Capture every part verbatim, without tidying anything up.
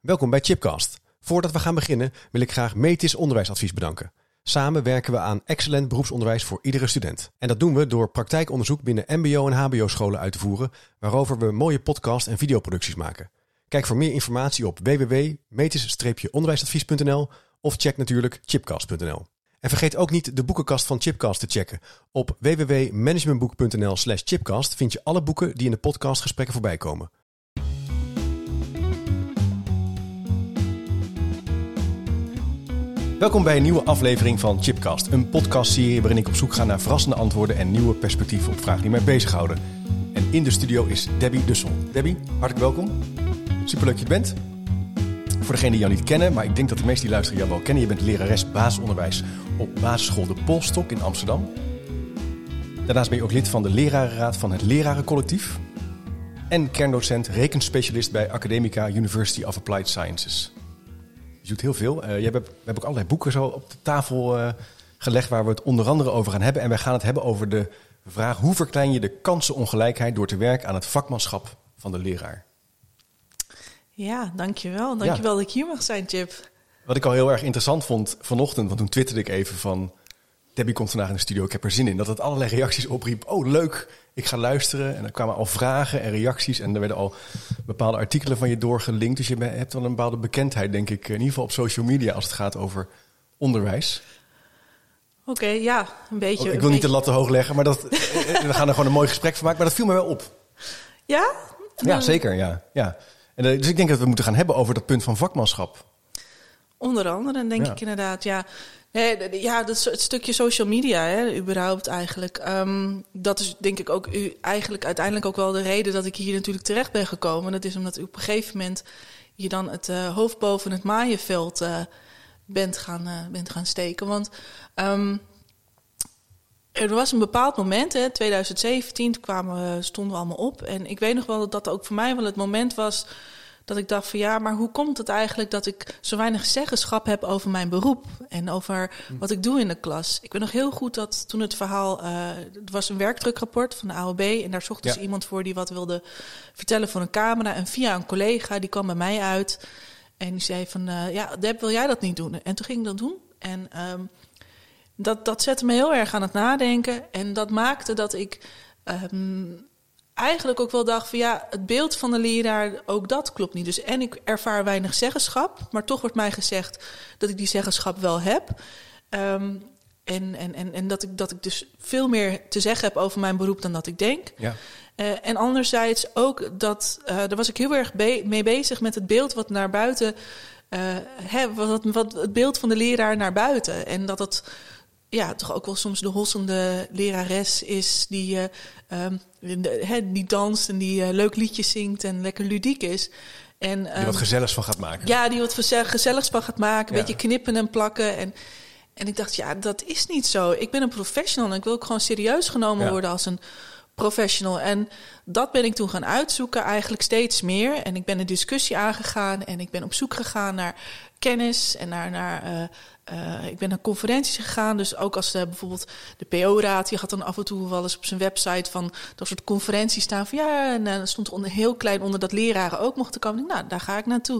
Welkom bij Chipcast. Voordat we gaan beginnen wil ik graag Metis Onderwijsadvies bedanken. Samen werken we aan excellent beroepsonderwijs voor iedere student. En dat doen we door praktijkonderzoek binnen mbo- en hbo-scholen uit te voeren, waarover we mooie podcast- en videoproducties maken. Kijk voor meer informatie op w w w punt metis onderwijsadvies punt n l of check natuurlijk chipcast punt n l. En vergeet ook niet de boekenkast van Chipcast te checken. Op w w w punt managementboek punt n l slash chipcast vind je alle boeken die in de podcastgesprekken voorbij komen. Welkom bij een nieuwe aflevering van Chipcast, een podcastserie waarin ik op zoek ga naar verrassende antwoorden en nieuwe perspectieven op vragen die mij bezighouden. En in de studio is Debbie Dussel. Debbie, hartelijk welkom. Superleuk dat je er bent. Voor degenen die jou niet kennen, maar ik denk dat de meesten die luisteren jou wel kennen. Je bent lerares basisonderwijs op basisschool De Polstok in Amsterdam. Daarnaast ben je ook lid van de lerarenraad van het Lerarencollectief. En kerndocent rekenspecialist bij Academica University of Applied Sciences. Je doet heel veel. Uh, je hebt, we hebben ook allerlei boeken zo op de tafel uh, gelegd waar we het onder andere over gaan hebben. En wij gaan het hebben over de vraag: hoe verklein je de kansenongelijkheid door te werken aan het vakmanschap van de leraar? Ja, dankjewel. Dankjewel ja. dat ik hier mag zijn, Chip. Wat ik al heel erg interessant vond vanochtend, want toen twitterde ik even van: Debbie komt vandaag in de studio, ik heb er zin in. Dat het allerlei reacties opriep. Oh, leuk, ik ga luisteren. En er kwamen al vragen en reacties. En er werden al bepaalde artikelen van je doorgelinkt. Dus je hebt wel een bepaalde bekendheid, denk ik. In ieder geval op social media als het gaat over onderwijs. Oké, okay, ja, een beetje. Oh, ik wil niet beetje... de lat te hoog leggen, maar dat, we gaan er gewoon een mooi gesprek van maken. Maar dat viel me wel op. Ja? Ja, dan... zeker, ja. ja. En, dus ik denk dat we moeten gaan hebben over dat punt van vakmanschap. Onder andere, denk ja. ik inderdaad, ja. Nee, ja, dat is het stukje social media, hè, überhaupt eigenlijk. Um, dat is denk ik ook u, eigenlijk uiteindelijk ook wel de reden dat ik hier natuurlijk terecht ben gekomen. Dat is omdat u op een gegeven moment je dan het uh, hoofd boven het maaienveld uh, bent, gaan, uh, bent gaan steken. Want um, er was een bepaald moment, hè, twintig zeventien, toen kwamen we, stonden we allemaal op. En ik weet nog wel dat dat ook voor mij wel het moment was dat ik dacht van ja, maar hoe komt het eigenlijk dat ik zo weinig zeggenschap heb over mijn beroep en over wat ik doe in de klas? Ik weet nog heel goed dat toen het verhaal, uh, het was een werkdrukrapport van de A O B en daar zochten ze ja. iemand voor die wat wilde vertellen voor een camera. En via een collega, die kwam bij mij uit en die zei van uh, ja, Deb, wil jij dat niet doen? En toen ging ik dat doen en um, dat, dat zette me heel erg aan het nadenken en dat maakte dat ik Um, eigenlijk ook wel dacht van ja, het beeld van de leraar, ook dat klopt niet. Dus en ik ervaar weinig zeggenschap, maar toch wordt mij gezegd dat ik die zeggenschap wel heb. Um, en en, en, en dat, ik, dat ik dus veel meer te zeggen heb over mijn beroep dan dat ik denk. Ja. Uh, en anderzijds ook dat, uh, daar was ik heel erg be- mee bezig met het beeld wat naar buiten, uh, hè, wat, wat het beeld van de leraar naar buiten. En dat het ja, toch ook wel soms de hossende lerares is die, uh, um, de, he, die danst en die uh, leuk liedjes zingt en lekker ludiek is. En, um, die wat gezelligs van gaat maken. Ja, die wat gezelligs van gaat maken, een ja. beetje knippen en plakken. En, en ik dacht, ja, dat is niet zo. Ik ben een professional en ik wil ook gewoon serieus genomen ja. worden als een professional. En dat ben ik toen gaan uitzoeken, eigenlijk steeds meer. En ik ben een discussie aangegaan en ik ben op zoek gegaan naar kennis en naar, naar uh, uh, ik ben naar conferenties gegaan. Dus ook als de, bijvoorbeeld de P O-raad, die had dan af en toe wel eens op zijn website van dat soort conferenties staan van ja, en dan stond er onder, heel klein onder dat leraren ook mochten komen. Nou, daar ga ik naartoe.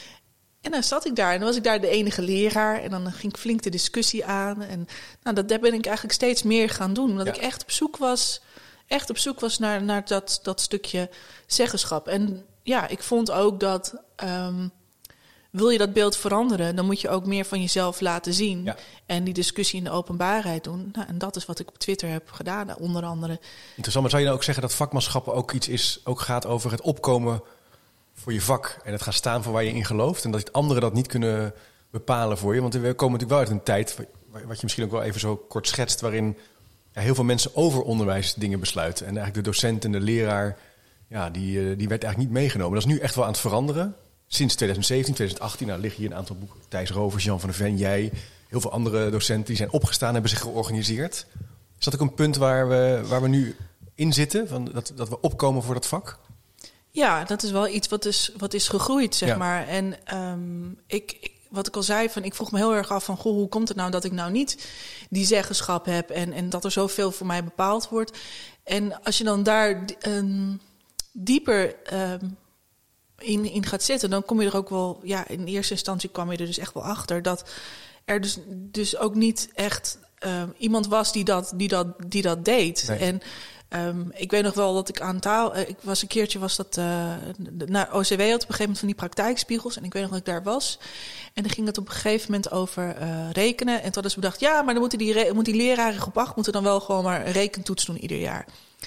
En dan zat ik daar en dan was ik daar de enige leraar. En dan ging ik flink de discussie aan. En nou, dat, dat ben ik eigenlijk steeds meer gaan doen. Omdat ja. ik echt op zoek was, echt op zoek was naar, naar dat, dat stukje zeggenschap. En ja, ik vond ook dat Um, wil je dat beeld veranderen, dan moet je ook meer van jezelf laten zien. Ja. En die discussie in de openbaarheid doen. Nou, en dat is wat ik op Twitter heb gedaan, onder andere. Interessant, maar zou je nou ook zeggen dat vakmanschap ook iets is, ook gaat over het opkomen voor je vak en het gaan staan voor waar je in gelooft en dat anderen dat niet kunnen bepalen voor je? Want we komen natuurlijk wel uit een tijd, wat je misschien ook wel even zo kort schetst, waarin ja, heel veel mensen over onderwijs dingen besluiten. En eigenlijk de docent en de leraar, ja, die, die werd eigenlijk niet meegenomen. Dat is nu echt wel aan het veranderen. Sinds twintig zeventien, twintig achttien, nou, liggen hier een aantal boeken. Thijs Rovers, Jan van der Ven, jij, heel veel andere docenten die zijn opgestaan, hebben zich georganiseerd. Is dat ook een punt waar we, waar we nu in zitten? Van dat, dat we opkomen voor dat vak? Ja, dat is wel iets wat is, wat is gegroeid, zeg ja. maar. En um, ik, ik, wat ik al zei, van, ik vroeg me heel erg af van goh, hoe komt het nou dat ik nou niet die zeggenschap heb en, en dat er zoveel voor mij bepaald wordt. En als je dan daar um, dieper Um, in, in gaat zitten, dan kom je er ook wel... Ja, in eerste instantie kwam je er dus echt wel achter... dat er dus, dus ook niet echt uh, iemand was die dat, die dat, die dat deed. Nee. En um, ik weet nog wel dat ik aan taal... Uh, ik was een keertje, was dat... Uh, naar O C W had op een gegeven moment van die praktijkspiegels... en ik weet nog dat ik daar was... En dan ging het op een gegeven moment over uh, rekenen. En toen hadden ze bedacht, ja, maar dan moeten die, re- moet die leraren in groep acht... moeten dan wel gewoon maar een rekentoets doen ieder jaar.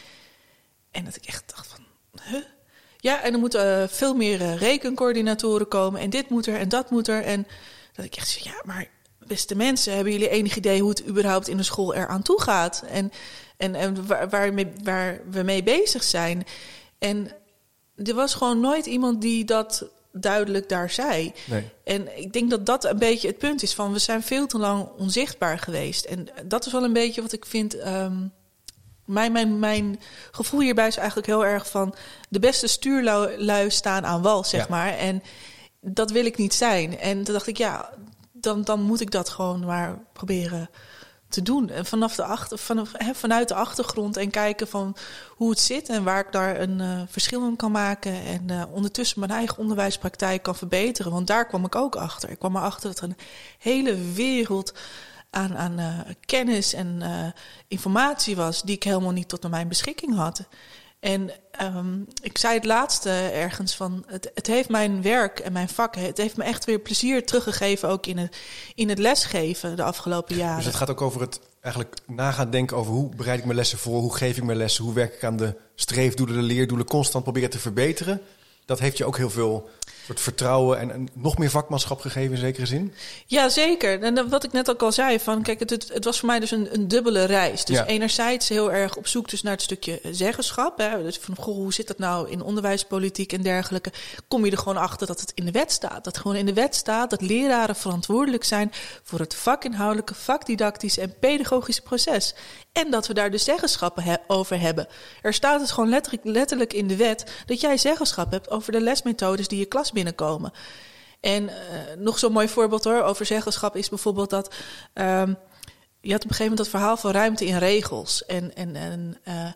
En dat ik echt dacht van, huh? Ja, en er moeten uh, veel meer uh, rekencoördinatoren komen... en dit moet er en dat moet er. En dat ik echt zei, ja, maar beste mensen... hebben jullie enig idee hoe het überhaupt in de school eraan toe gaat? En, en, en waar, waar, mee, waar we mee bezig zijn? En er was gewoon nooit iemand die dat... duidelijk daar zei. Nee. En ik denk dat dat een beetje het punt is van... we zijn veel te lang onzichtbaar geweest. En dat is wel een beetje wat ik vind... Um, mijn, mijn, mijn gevoel hierbij is eigenlijk heel erg van... de beste stuurlui staan aan wal, zeg ja. maar. En dat wil ik niet zijn. En toen dacht ik, ja, dan, dan moet ik dat gewoon maar proberen... te doen. En vanaf de achter, vanaf, he, vanuit de achtergrond en kijken van hoe het zit en waar ik daar een uh, verschil in kan maken en uh, ondertussen mijn eigen onderwijspraktijk kan verbeteren. Want daar kwam ik ook achter. Ik kwam erachter dat er een hele wereld aan, aan uh, kennis en uh, informatie was die ik helemaal niet tot mijn beschikking had. En um, ik zei het laatste ergens van... Het, het heeft mijn werk en mijn vak... het heeft me echt weer plezier teruggegeven... ook in het, in het lesgeven de afgelopen jaren. Dus het gaat ook over het eigenlijk na gaan denken... over hoe bereid ik mijn lessen voor... hoe geef ik mijn lessen... hoe werk ik aan de streefdoelen, de leerdoelen... constant proberen te verbeteren. Dat heeft je ook heel veel... soort vertrouwen en, en nog meer vakmanschap gegeven in zekere zin? Ja, zeker. En wat ik net ook al zei, van kijk, het, het was voor mij dus een, een dubbele reis. Dus ja. enerzijds heel erg op zoek dus naar het stukje zeggenschap. Hè. Dus van, goh, hoe zit dat nou in onderwijspolitiek en dergelijke? Kom je er gewoon achter dat het in de wet staat. Dat gewoon in de wet staat dat leraren verantwoordelijk zijn voor het vakinhoudelijke, vakdidactische en pedagogische proces. En dat we daar dus zeggenschappen he- over hebben. Er staat het gewoon letterlijk, letterlijk in de wet dat jij zeggenschap hebt over de lesmethodes die je klas binnenkomen. En uh, nog zo'n mooi voorbeeld hoor, over zeggenschap is bijvoorbeeld dat... Um, je had op een gegeven moment dat verhaal van ruimte in regels. En, en, en uh,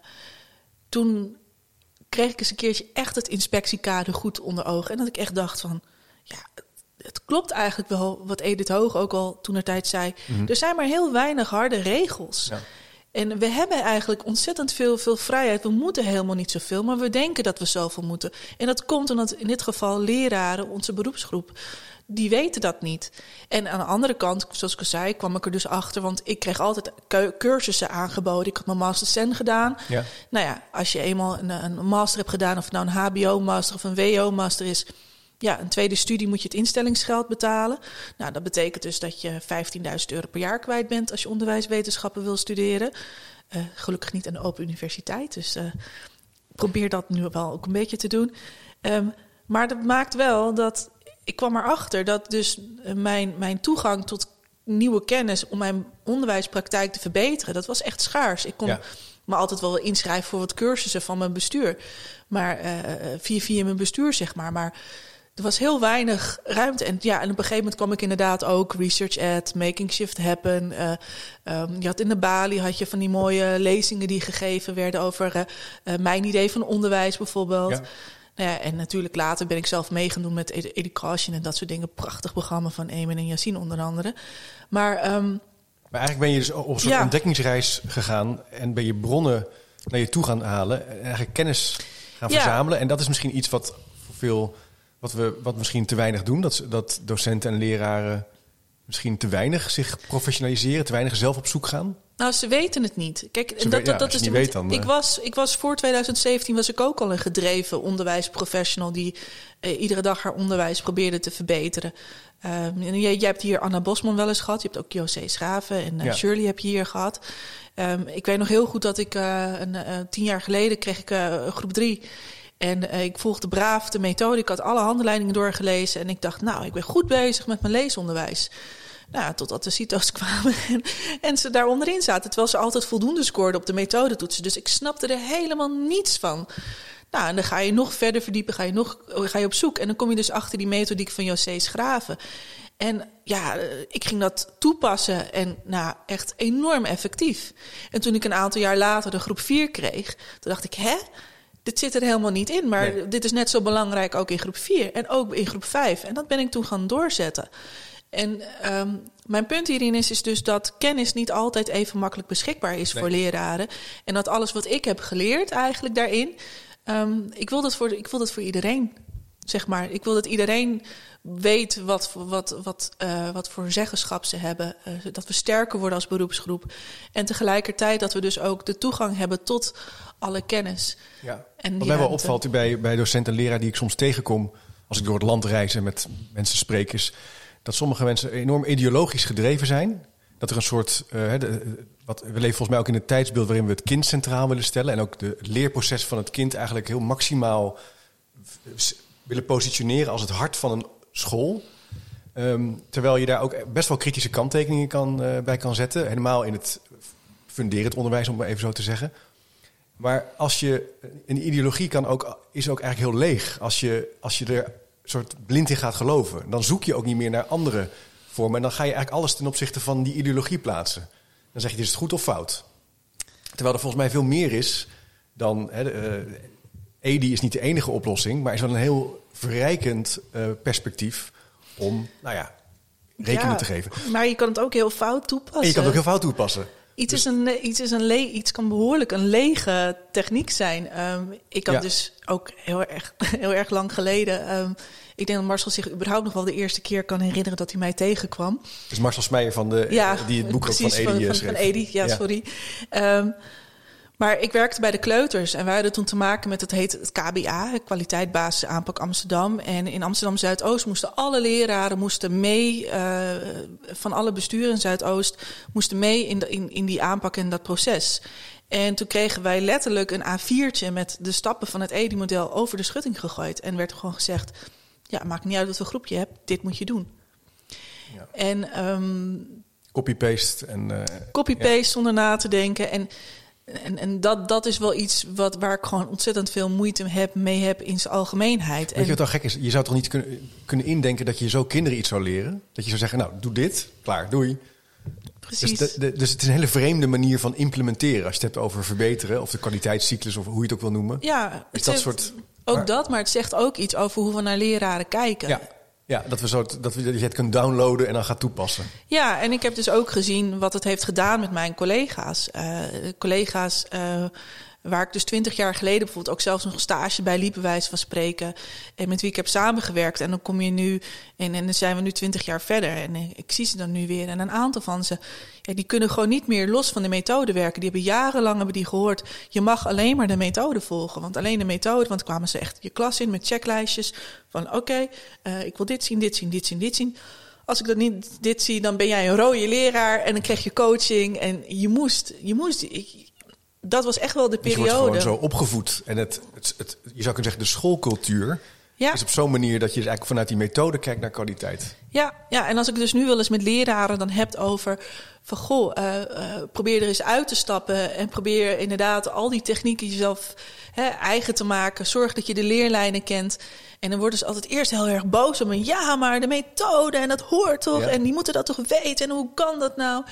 toen kreeg ik eens een keertje echt het inspectiekader goed onder ogen. En dat ik echt dacht van, ja, het, het klopt eigenlijk wel wat Edith Hoog ook al toentertijd zei. Mm-hmm. Er zijn maar heel weinig harde regels. Ja. En we hebben eigenlijk ontzettend veel, veel vrijheid. We moeten helemaal niet zoveel, maar we denken dat we zoveel moeten. En dat komt omdat in dit geval leraren, onze beroepsgroep, die weten dat niet. En aan de andere kant, zoals ik al zei, kwam ik er dus achter, want ik kreeg altijd cursussen aangeboden. Ik had mijn Master Sen gedaan. Ja. Nou ja, als je eenmaal een, een master hebt gedaan, of het nou een H B O-master of een W O-master is, ja, een tweede studie moet je het instellingsgeld betalen. Nou, dat betekent dus dat je vijftienduizend euro per jaar kwijt bent als je onderwijswetenschappen wil studeren. Uh, gelukkig niet aan de Open Universiteit, dus uh, probeer dat nu wel ook een beetje te doen. Um, maar dat maakt wel dat ik kwam erachter dat dus mijn, mijn toegang tot nieuwe kennis om mijn onderwijspraktijk te verbeteren, dat was echt schaars. Ik kon ja. me altijd wel inschrijven voor wat cursussen van mijn bestuur, maar uh, via, via mijn bestuur zeg maar, maar er was heel weinig ruimte. En ja, en op een gegeven moment kwam ik inderdaad ook Research Ed, Making Shift Happen. Uh, um, je had in de Bali had je van die mooie lezingen die gegeven werden over uh, uh, mijn idee van onderwijs bijvoorbeeld. Ja. Nou ja, en natuurlijk later ben ik zelf mee gaan doen met Ed- Education en dat soort dingen. Prachtig programma van Eamon en Yassine onder andere. Maar, um, maar eigenlijk ben je dus op een soort ja. ontdekkingsreis gegaan en ben je bronnen naar je toe gaan halen en eigenlijk kennis gaan ja. verzamelen. En dat is misschien iets wat voor veel, wat we wat misschien te weinig doen. Dat, dat docenten en leraren misschien te weinig zich professionaliseren, te weinig zelf op zoek gaan. Nou, ze weten het niet. Kijk, dat, dat, ja, dat is niet weet dan, ik was, ik was voor twintig zeventien was ik ook al een gedreven onderwijsprofessional die uh, iedere dag haar onderwijs probeerde te verbeteren. Uh, jij, jij hebt hier Anna Bosman wel eens gehad. Je hebt ook José Schraven en uh, ja. Shirley heb je hier gehad. Um, ik weet nog heel goed dat ik uh, een, uh, tien jaar geleden kreeg ik uh, groep drie. En uh, ik volgde braaf de methode. Ik had alle handleidingen doorgelezen. En ik dacht, nou, ik ben goed bezig met mijn leesonderwijs. Nou, totdat de C I T O's kwamen en, en ze daar onderin zaten. Terwijl ze altijd voldoende scoorden op de methodetoetsen. Dus ik snapte er helemaal niets van. Nou, en dan ga je nog verder verdiepen, ga je, nog, ga je op zoek. En dan kom je dus achter die methodiek van José Schraven. En ja, ik ging dat toepassen en nou, echt enorm effectief. En toen ik een aantal jaar later de groep vier kreeg, toen dacht ik, hè? dit zit er helemaal niet in. Maar nee. dit is net zo belangrijk ook in groep vier en ook in groep vijf. En dat ben ik toen gaan doorzetten. En um, mijn punt hierin is, is dus dat kennis niet altijd even makkelijk beschikbaar is nee. voor leraren. En dat alles wat ik heb geleerd eigenlijk daarin, um, ik wil dat voor, ik wil dat voor iedereen, zeg maar. Ik wil dat iedereen weet wat, wat, wat, uh, wat voor zeggenschap ze hebben. Uh, dat we sterker worden als beroepsgroep. En tegelijkertijd dat we dus ook de toegang hebben tot alle kennis. Ja. En wat mij wel opvalt bij, bij docenten en leraren die ik soms tegenkom als ik door het land reis en met mensen spreek, is dat sommige mensen enorm ideologisch gedreven zijn. Dat er een soort, uh, de, wat, we leven volgens mij ook in een tijdsbeeld waarin we het kind centraal willen stellen. En ook de, het leerproces van het kind eigenlijk heel maximaal willen positioneren als het hart van een school. Um, terwijl je daar ook best wel kritische kanttekeningen kan, uh, bij kan zetten. Helemaal in het funderend onderwijs, om het maar even zo te zeggen. Maar als je een ideologie kan ook, is ook eigenlijk heel leeg. Als je, als je er soort blind in gaat geloven, dan zoek je ook niet meer naar andere vormen. En dan ga je eigenlijk alles ten opzichte van die ideologie plaatsen. Dan zeg je, is het goed of fout? Terwijl er volgens mij veel meer is dan Hè, uh, E D I is niet de enige oplossing, maar is wel een heel verrijkend uh, perspectief om, nou ja, rekening ja, te geven. Maar je kan het ook heel fout toepassen. En je kan het ook heel fout toepassen. Iets, dus, is een, iets, is een le- iets kan behoorlijk een lege techniek zijn. Um, ik had ja. dus ook heel erg, heel erg lang geleden, Um, ik denk dat Marcel zich überhaupt nog wel de eerste keer kan herinneren dat hij mij tegenkwam. Dus Marcel Smeijer van de, ja, die het boek precies, van E D I van, schreef. Van E D I, ja, ja. sorry. Um, maar ik werkte bij de kleuters en wij hadden toen te maken met, het heet het K B A, kwaliteit basis aanpak Amsterdam. En in Amsterdam Zuidoost moesten alle leraren moesten mee, uh, van alle besturen in Zuidoost, moesten mee in, de, in, in die aanpak en dat proces. En toen kregen wij letterlijk een A viertje met de stappen van het E D I-model over de schutting gegooid. En werd er gewoon gezegd, ja, maakt niet uit wat voor groep je hebt, dit moet je doen. Ja. En um, copy-paste. En, uh, copy-paste ja. zonder na te denken. En, en, en dat, dat is wel iets wat, waar ik gewoon ontzettend veel moeite heb, mee heb in zijn algemeenheid. Weet je wat dan gek is? Je zou toch niet kunnen, kunnen indenken dat je zo kinderen iets zou leren? Dat je zou zeggen, nou, doe dit, klaar, doei. Precies. Dus, de, de, dus het is een hele vreemde manier van implementeren. Als je het hebt over verbeteren of de kwaliteitscyclus of hoe je het ook wil noemen. Ja, is dat soort. Ook maar, dat, maar het zegt ook iets over hoe we naar leraren kijken. Ja, ja dat, we zo, dat, we, dat je het kunt downloaden en dan gaat toepassen. Ja, en ik heb dus ook gezien wat het heeft gedaan met mijn collega's. Uh, collega's uh, waar ik dus twintig jaar geleden bijvoorbeeld ook zelfs nog een stage bij liep, bij wijze van spreken. En met wie ik heb samengewerkt. En dan kom je nu, en, en dan zijn we nu twintig jaar verder. En ik zie ze dan nu weer. En een aantal van ze, ja, die kunnen gewoon niet meer los van de methode werken. Die hebben jarenlang hebben die gehoord, je mag alleen maar de methode volgen. Want alleen de methode, want kwamen ze echt je klas in met checklijstjes. Van oké, okay, uh, ik wil dit zien, dit zien, dit zien, dit zien. Als ik dat niet dit zie, dan ben jij een rode leraar. En dan krijg je coaching. En je moest, je moest... Ik, dat was echt wel de periode. Je wordt gewoon zo opgevoed. En het, het, het, je zou kunnen zeggen, de schoolcultuur ja. is op zo'n manier dat je dus eigenlijk vanuit die methode kijkt naar kwaliteit. Ja, ja, en als ik dus nu wel eens met leraren dan heb over van goh, uh, uh, probeer er eens uit te stappen en probeer inderdaad al die technieken jezelf hè, eigen te maken. Zorg dat je de leerlijnen kent. En dan worden ze altijd eerst heel erg boos om een ja, maar de methode en dat hoort toch? Ja. En die moeten dat toch weten? En hoe kan dat nou?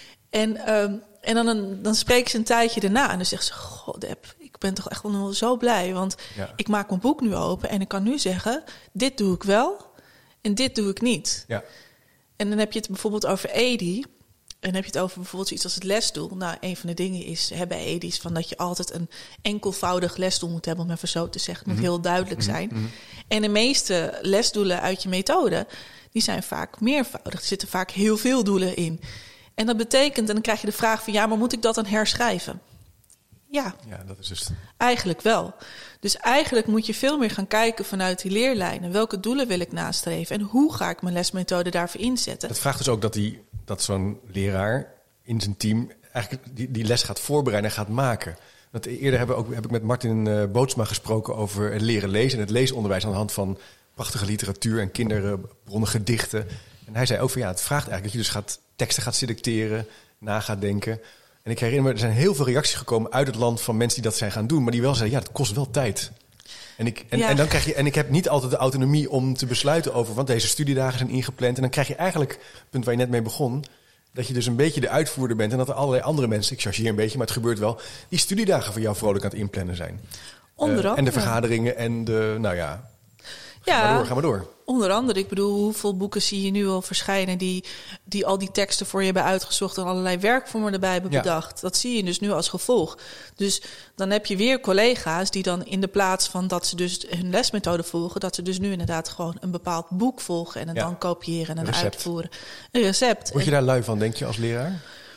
En um, En dan, dan spreken ze een tijdje daarna en dan zegt ze, god Deb, ik ben toch echt wel zo blij. Want ja. ik maak mijn boek nu open en ik kan nu zeggen, dit doe ik wel en dit doe ik niet. Ja. En dan heb je het bijvoorbeeld over E D I. En dan heb je het over bijvoorbeeld iets als het lesdoel. Nou, een van de dingen is hè, bij E D I is van dat je altijd een enkelvoudig lesdoel moet hebben, om even zo te zeggen. Het moet mm-hmm. heel duidelijk zijn. Mm-hmm. En de meeste lesdoelen uit je methode, die zijn vaak meervoudig. Er zitten vaak heel veel doelen in. En dat betekent, en dan krijg je de vraag van ja, maar moet ik dat dan herschrijven? Ja, ja dat is dus... eigenlijk wel. Dus eigenlijk moet je veel meer gaan kijken vanuit die leerlijnen. Welke doelen wil ik nastreven? En hoe ga ik mijn lesmethode daarvoor inzetten? Het vraagt dus ook dat, die, dat zo'n leraar in zijn team eigenlijk die, die les gaat voorbereiden en gaat maken. Want eerder hebben we ook, heb ik met Martin uh, Bootsma gesproken over het leren lezen en het leesonderwijs aan de hand van prachtige literatuur en kinderbronnen, gedichten. En hij zei ook van ja, het vraagt eigenlijk dat je dus gaat teksten gaat selecteren, na gaat denken. En ik herinner me, er zijn heel veel reacties gekomen uit het land van mensen die dat zijn gaan doen, maar die wel zeiden, ja, het kost wel tijd. En ik, en, ja. en dan krijg je, en ik heb niet altijd de autonomie om te besluiten over, want deze studiedagen zijn ingepland. En dan krijg je eigenlijk, het punt waar je net mee begon, dat je dus een beetje de uitvoerder bent en dat er allerlei andere mensen, ik chargeer een beetje, maar het gebeurt wel, die studiedagen voor jou vrolijk aan het inplannen zijn. Onder andere. Uh, en de vergaderingen en de, nou ja, ga ja, maar door, ga maar door. Onder andere, ik bedoel, hoeveel boeken zie je nu al verschijnen die, die al die teksten voor je hebben uitgezocht en allerlei werkvormen erbij hebben ja. bedacht. Dat zie je dus nu als gevolg. Dus dan heb je weer collega's die dan in de plaats van dat ze dus hun lesmethode volgen, dat ze dus nu inderdaad gewoon een bepaald boek volgen en het ja. dan kopiëren en recept. uitvoeren. Een recept. Word je daar lui van, denk je, als leraar?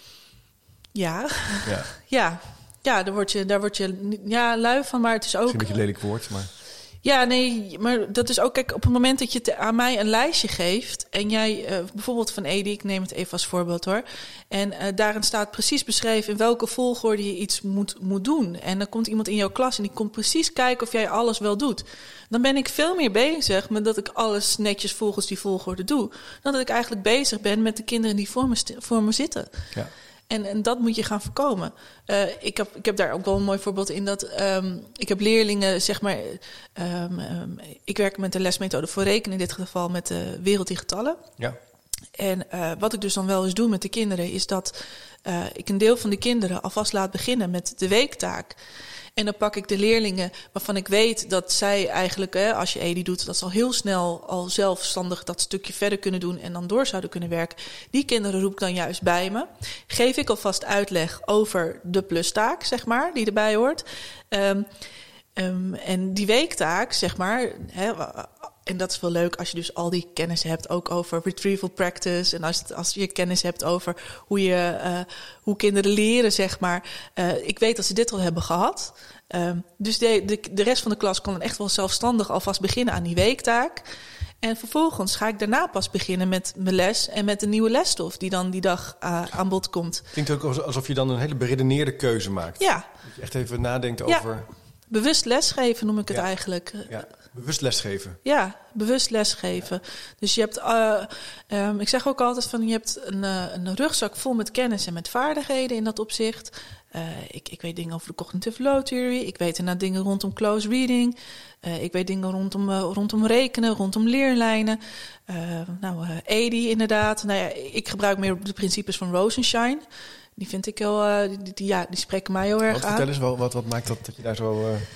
Ja, ja. ja. Ja, daar word je, daar word je ja, lui van, maar het is ook... Misschien een beetje een lelijk woord, maar... Ja, nee, maar dat is ook... Kijk, op het moment dat je te, aan mij een lijstje geeft... en jij, uh, bijvoorbeeld van Edi, ik neem het even als voorbeeld hoor... en uh, daarin staat precies beschreven in welke volgorde je iets moet, moet doen. En dan komt iemand in jouw klas en die komt precies kijken of jij alles wel doet. Dan ben ik veel meer bezig met dat ik alles netjes volgens die volgorde doe... dan dat ik eigenlijk bezig ben met de kinderen die voor me, st- voor me zitten. Ja. En, en dat moet je gaan voorkomen. Uh, ik, heb, ik heb daar ook wel een mooi voorbeeld in dat um, ik heb leerlingen, zeg maar, um, um, ik werk met de lesmethode voor rekenen, in dit geval met de wereld in getallen. Ja. En uh, wat ik dus dan wel eens doe met de kinderen, is dat uh, ik een deel van de kinderen alvast laat beginnen met de weektaak. En dan pak ik de leerlingen waarvan ik weet dat zij eigenlijk, hè, als je Edi doet, dat ze al heel snel al zelfstandig dat stukje verder kunnen doen en dan door zouden kunnen werken. Die kinderen roep ik dan juist bij me. Geef ik alvast uitleg over de plustaak, zeg maar, die erbij hoort. Um, um, en die weektaak, zeg maar, hè, en dat is wel leuk als je dus al die kennis hebt, ook over retrieval practice. En als, het, als je kennis hebt over hoe, je, uh, hoe kinderen leren, zeg maar. Uh, ik weet dat ze dit al hebben gehad. Uh, dus de, de, de rest van de klas kan dan echt wel zelfstandig alvast beginnen aan die weektaak. En vervolgens ga ik daarna pas beginnen met mijn les en met de nieuwe lesstof die dan die dag uh, aan bod komt. Klinkt ook alsof je dan een hele beredeneerde keuze maakt. Ja. Dat je echt even nadenkt ja. over... Bewust lesgeven noem ik het ja. eigenlijk. Ja. Bewust lesgeven. Ja, bewust lesgeven. Ja. Dus je hebt, uh, um, ik zeg ook altijd van, je hebt een, uh, een rugzak vol met kennis en met vaardigheden in dat opzicht. Uh, ik, ik weet dingen over de cognitive load theory. Ik weet daarna dingen rondom close reading. Uh, ik weet dingen rondom, uh, rondom rekenen, rondom leerlijnen. Uh, nou, uh, Edi inderdaad. Nou ja, ik gebruik meer de principes van Rosenshine. Die vind ik heel, uh, die, die, ja, die spreken mij heel erg wat, aan. Vertel eens, wat, wat, wat maakt dat, dat je daar zo... Uh...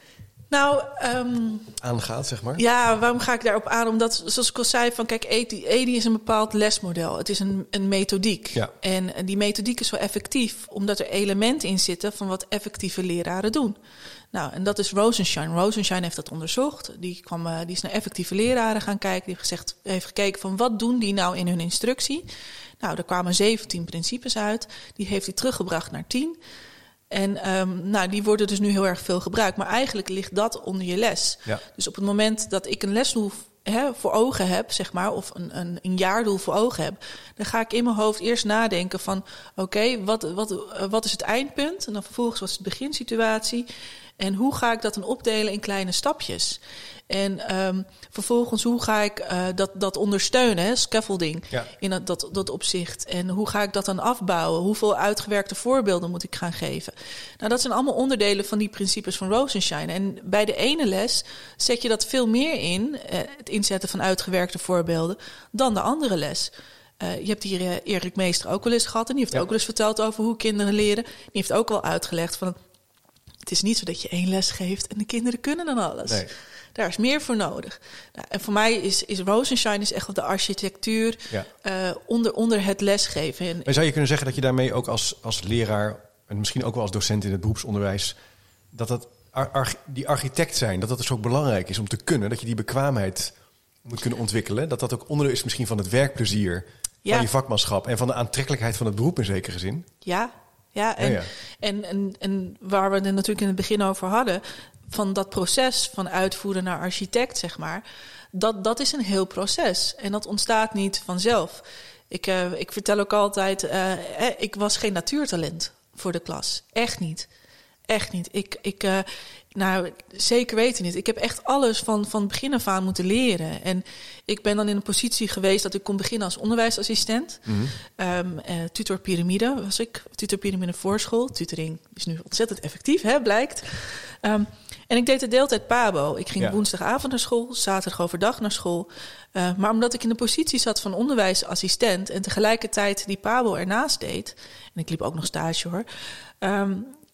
Nou, um, aangaat, zeg maar. Ja, waarom ga ik daarop aan? Omdat, zoals ik al zei, van kijk, Edi, Edi is een bepaald lesmodel. Het is een, een methodiek. Ja. En, en die methodiek is zo effectief, omdat er elementen in zitten van wat effectieve leraren doen. Nou, en dat is Rosenshine. Rosenshine heeft dat onderzocht. Die, kwam, uh, die is naar effectieve leraren gaan kijken. Die heeft, gezegd, heeft gekeken van wat doen die nou in hun instructie. Nou, er kwamen zeventien principes uit. Die heeft hij teruggebracht naar tien. En um, nou, die worden dus nu heel erg veel gebruikt. Maar eigenlijk ligt dat onder je les. Ja. Dus op het moment dat ik een lesdoel hè, voor ogen heb, zeg maar, of een, een, een jaardoel voor ogen heb, dan ga ik in mijn hoofd eerst nadenken van, oké, okay, wat, wat, uh, wat is het eindpunt? En dan vervolgens wat is de beginsituatie? En hoe ga ik dat dan opdelen in kleine stapjes? En um, vervolgens, hoe ga ik uh, dat, dat ondersteunen, hè, scaffolding, ja. in dat, dat, dat opzicht? En hoe ga ik dat dan afbouwen? Hoeveel uitgewerkte voorbeelden moet ik gaan geven? Nou, dat zijn allemaal onderdelen van die principes van Rosenshine. En bij de ene les zet je dat veel meer in, uh, het inzetten van uitgewerkte voorbeelden, dan de andere les. Uh, je hebt hier uh, Erik Meester ook wel eens gehad en die heeft ja. ook wel eens verteld over hoe kinderen leren. Die heeft ook wel uitgelegd van, het is niet zo dat je één les geeft en de kinderen kunnen dan alles. Nee. Daar is meer voor nodig. Nou, en voor mij is, is Rosenshine is echt de architectuur ja. uh, onder, onder het lesgeven. En, maar zou je kunnen zeggen dat je daarmee ook als, als leraar, en misschien ook wel als docent in het beroepsonderwijs, dat dat ar, die architect zijn, dat dat dus ook belangrijk is om te kunnen, dat je die bekwaamheid moet kunnen ontwikkelen, dat dat ook onderdeel is misschien van het werkplezier, ja. van je vakmanschap en van de aantrekkelijkheid van het beroep in zekere zin? Ja, ja, en, ja, ja. En, en, en waar we het natuurlijk in het begin over hadden, van dat proces van uitvoeren naar architect, zeg maar, dat, dat is een heel proces. En dat ontstaat niet vanzelf. Ik, uh, ik vertel ook altijd, uh, eh, ik was geen natuurtalent voor de klas. Echt niet. Echt niet. Ik, ik, uh, nou, zeker weten niet. Ik heb echt alles van, van begin af aan moeten leren. En ik ben dan in een positie geweest dat ik kon beginnen als onderwijsassistent. Mm-hmm. Um, uh, tutor piramide was ik. Tutor piramide voorschool. Tutoring is nu ontzettend effectief, hè, blijkt. Um, en ik deed de deeltijd Pabo. Ik ging ja. woensdagavond naar school, zaterdag overdag naar school. Uh, maar omdat ik in de positie zat van onderwijsassistent en tegelijkertijd die Pabo ernaast deed, en ik liep ook nog stage hoor, um,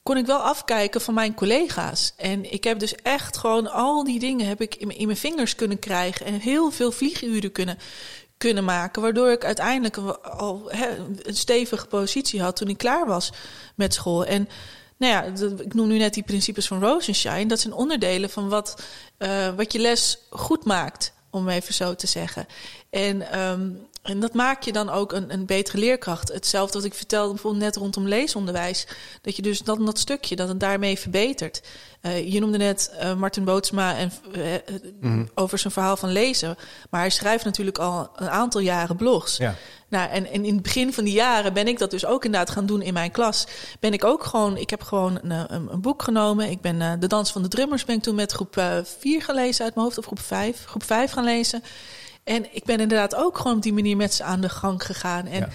kon ik wel afkijken van mijn collega's. En ik heb dus echt gewoon al die dingen heb ik in, in mijn vingers kunnen krijgen. En heel veel vlieguren kunnen, kunnen maken. Waardoor ik uiteindelijk al he, een stevige positie had toen ik klaar was met school. En nou ja, ik noem nu net die principes van Rosenshine. Dat zijn onderdelen van wat, uh, wat je les goed maakt, om even zo te zeggen. En, um, en dat maakt je dan ook een, een betere leerkracht. Hetzelfde wat ik vertelde bijvoorbeeld net rondom leesonderwijs. Dat je dus dat, dat stukje, dat het daarmee verbetert. Uh, je noemde net uh, Martin Bootsma en, uh, mm-hmm. over zijn verhaal van lezen. Maar hij schrijft natuurlijk al een aantal jaren blogs. Ja. Nou, en, en in het begin van die jaren ben ik dat dus ook inderdaad gaan doen in mijn klas. Ben ik ook gewoon, ik heb gewoon een, een, een boek genomen. Ik ben uh, De Dans van de Drummers ben ik toen met groep uh, vier gelezen uit mijn hoofd. Of groep vijf, groep vijf gaan lezen. En ik ben inderdaad ook gewoon op die manier met ze aan de gang gegaan. En ja,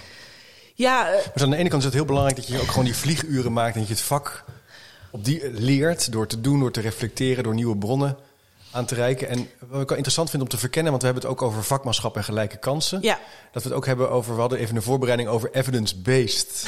ja uh, maar aan de ene kant is het heel belangrijk dat je ook gewoon die vlieguren maakt. En dat je het vak op die leert door te doen, door te reflecteren, door nieuwe bronnen aan te reiken. En wat ik wel interessant vind om te verkennen, want we hebben het ook over vakmanschap en gelijke kansen. Ja. Dat we het ook hebben over, we hadden even een voorbereiding over evidence-based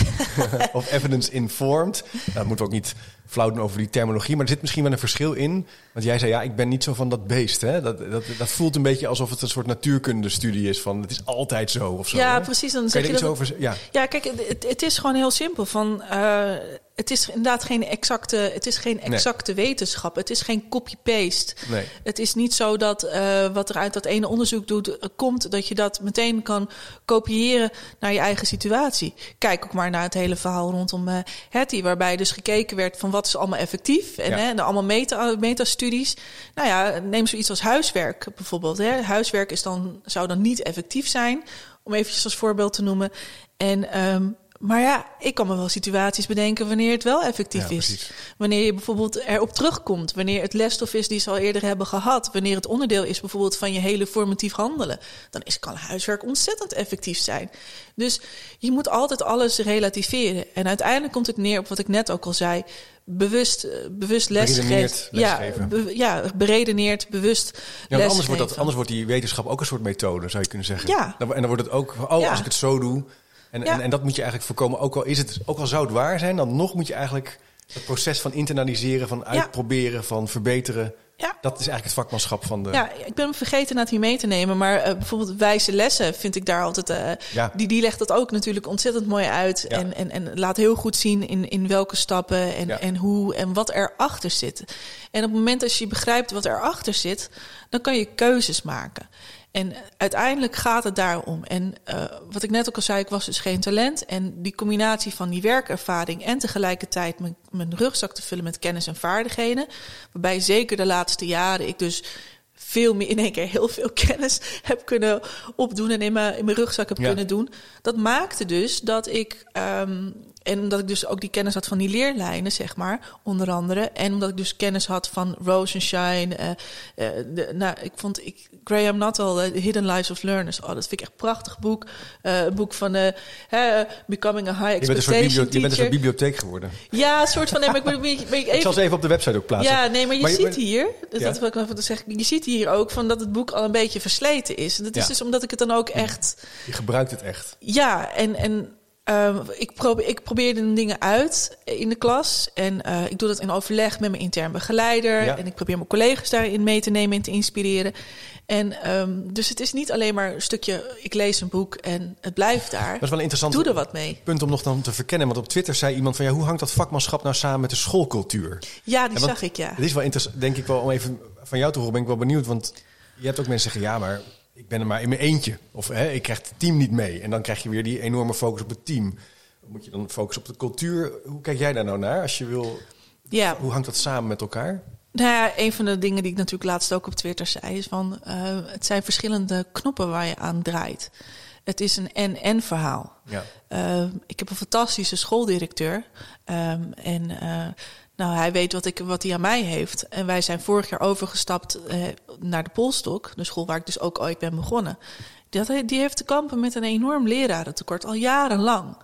of evidence-informed. Nou, dat moeten we ook niet flauw doen over die terminologie, maar er zit misschien wel een verschil in. Want jij zei, ja, ik ben niet zo van dat beest. Hè? Dat, dat, dat voelt een beetje alsof het een soort natuurkundestudie is van het is altijd zo of zo. Ja, hè? precies. Dan zeg je, je iets dat over. Ja. ja, kijk, het, het is gewoon heel simpel. Van, uh, het is inderdaad geen exacte, het is geen exacte nee. wetenschap. Het is geen copy-paste. Nee. Het is niet zo dat uh, wat er uit dat ene onderzoek doet, uh, komt, dat je dat meteen kan kopiëren naar je eigen situatie. Kijk ook maar naar het hele verhaal rondom uh, Hattie, waarbij dus gekeken werd van wat is allemaal effectief en, ja. hè, en allemaal meta, metastudies. Nou ja, neem zoiets als huiswerk bijvoorbeeld. Hè. Huiswerk is dan, zou dan niet effectief zijn, om eventjes als voorbeeld te noemen. En um, Maar ja, ik kan me wel situaties bedenken wanneer het wel effectief ja, is. Precies. Wanneer je bijvoorbeeld erop terugkomt. Wanneer het lesstof is die ze al eerder hebben gehad. Wanneer het onderdeel is bijvoorbeeld van je hele formatief handelen. Dan is, kan huiswerk ontzettend effectief zijn. Dus je moet altijd alles relativeren. En uiteindelijk komt het neer op wat ik net ook al zei. Bewust, bewust lesgeven. Ja, be, ja, beredeneerd, bewust ja, lesgeven. Anders wordt, dat, anders wordt die wetenschap ook een soort methode, zou je kunnen zeggen. Ja. En dan wordt het ook, oh, ja. als ik het zo doe. En, ja. en, en dat moet je eigenlijk voorkomen. Ook al, is het, ook al zou het waar zijn, dan nog moet je eigenlijk het proces van internaliseren, van uitproberen, ja. van verbeteren. Ja. Dat is eigenlijk het vakmanschap van de... Ja, ik ben vergeten het hier mee te nemen. Maar uh, bijvoorbeeld wijze lessen vind ik daar altijd... Uh, ja. die, die legt dat ook natuurlijk ontzettend mooi uit. Ja. En, en, en laat heel goed zien in, in welke stappen en, ja. en hoe en wat erachter zit. En op het moment dat je begrijpt wat erachter zit, dan kan je keuzes maken. En uiteindelijk gaat het daarom. En uh, wat ik net ook al zei, ik was dus geen talent. En die combinatie van die werkervaring en tegelijkertijd mijn, mijn rugzak te vullen met kennis en vaardigheden. Waarbij zeker de laatste jaren ik dus veel meer in één keer heel veel kennis heb kunnen opdoen en in mijn, in mijn rugzak heb ja. kunnen doen. Dat maakte dus dat ik... Um, En omdat ik dus ook die kennis had van die leerlijnen, zeg maar, onder andere. En omdat ik dus kennis had van Rosenshine. Uh, uh, de, nou, ik vond ik, Graham Nuttall, uh, The Hidden Lives of Learners. Oh, dat vind ik echt een prachtig boek. Uh, een boek van uh, uh, Becoming a High Expectation je bent Teacher. Je bent een soort bibliotheek geworden. Ja, een soort van... Nee, maar ik, ben, ben, ben ik, even, ik zal ze even op de website ook plaatsen. Ja, nee, maar je maar ziet je, hier... Dat, ja. dat wil ik even zeggen. Je ziet hier ook van dat het boek al een beetje versleten is. En dat is ja. dus omdat ik het dan ook echt... Je gebruikt het echt. Ja, en... en Um, ik, probeer, ik probeerde dingen uit in de klas. En uh, ik doe dat in overleg met mijn intern begeleider. Ja. En ik probeer mijn collega's daarin mee te nemen en te inspireren. En um, dus het is niet alleen maar een stukje, ik lees een boek en het blijft daar. Dat is wel een interessant doe er wat mee. Punt om nog dan te verkennen. Want op Twitter zei iemand van ja, hoe hangt dat vakmanschap nou samen met de schoolcultuur? Ja, die zag ik, ja. Het is wel interessant, denk ik wel, om even van jou te horen, ben ik wel benieuwd. Want je hebt ook mensen zeggen, ja, maar ik ben er maar in mijn eentje. Of hè, ik krijg het team niet mee. En dan krijg je weer die enorme focus op het team. Moet je dan focussen op de cultuur? Hoe kijk jij daar nou naar? Als je wil, ja. Hoe hangt dat samen met elkaar? Nou ja, een van de dingen die ik natuurlijk laatst ook op Twitter zei... is van, uh, het zijn verschillende knoppen waar je aan draait. Het is een en-en verhaal. Ja. Uh, ik heb een fantastische schooldirecteur. Um, en uh, nou, hij weet wat, ik, wat hij aan mij heeft. En wij zijn vorig jaar overgestapt uh, naar de Polstok. De school waar ik dus ook ooit ben begonnen. Dat, die heeft te kampen met een enorm lerarentekort, al jarenlang.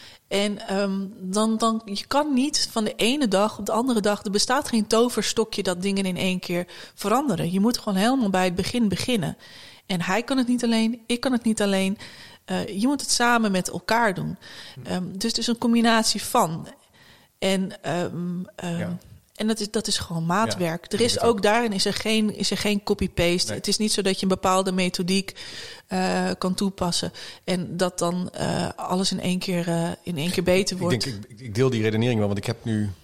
En um, dan, dan, je kan niet van de ene dag op de andere dag... er bestaat geen toverstokje dat dingen in één keer veranderen. Je moet gewoon helemaal bij het begin beginnen. En hij kan het niet alleen, ik kan het niet alleen. Uh, je moet het samen met elkaar doen. Um, dus het is een combinatie van. En, um, um, ja. en dat, is, dat is gewoon maatwerk. Ja, er is ook, ook daarin is er geen, is er geen copy-paste. Nee. Het is niet zo dat je een bepaalde methodiek uh, kan toepassen. En dat dan uh, alles in één keer, uh, in één keer beter wordt. Ik, denk, ik, ik deel die redenering wel, want ik heb nu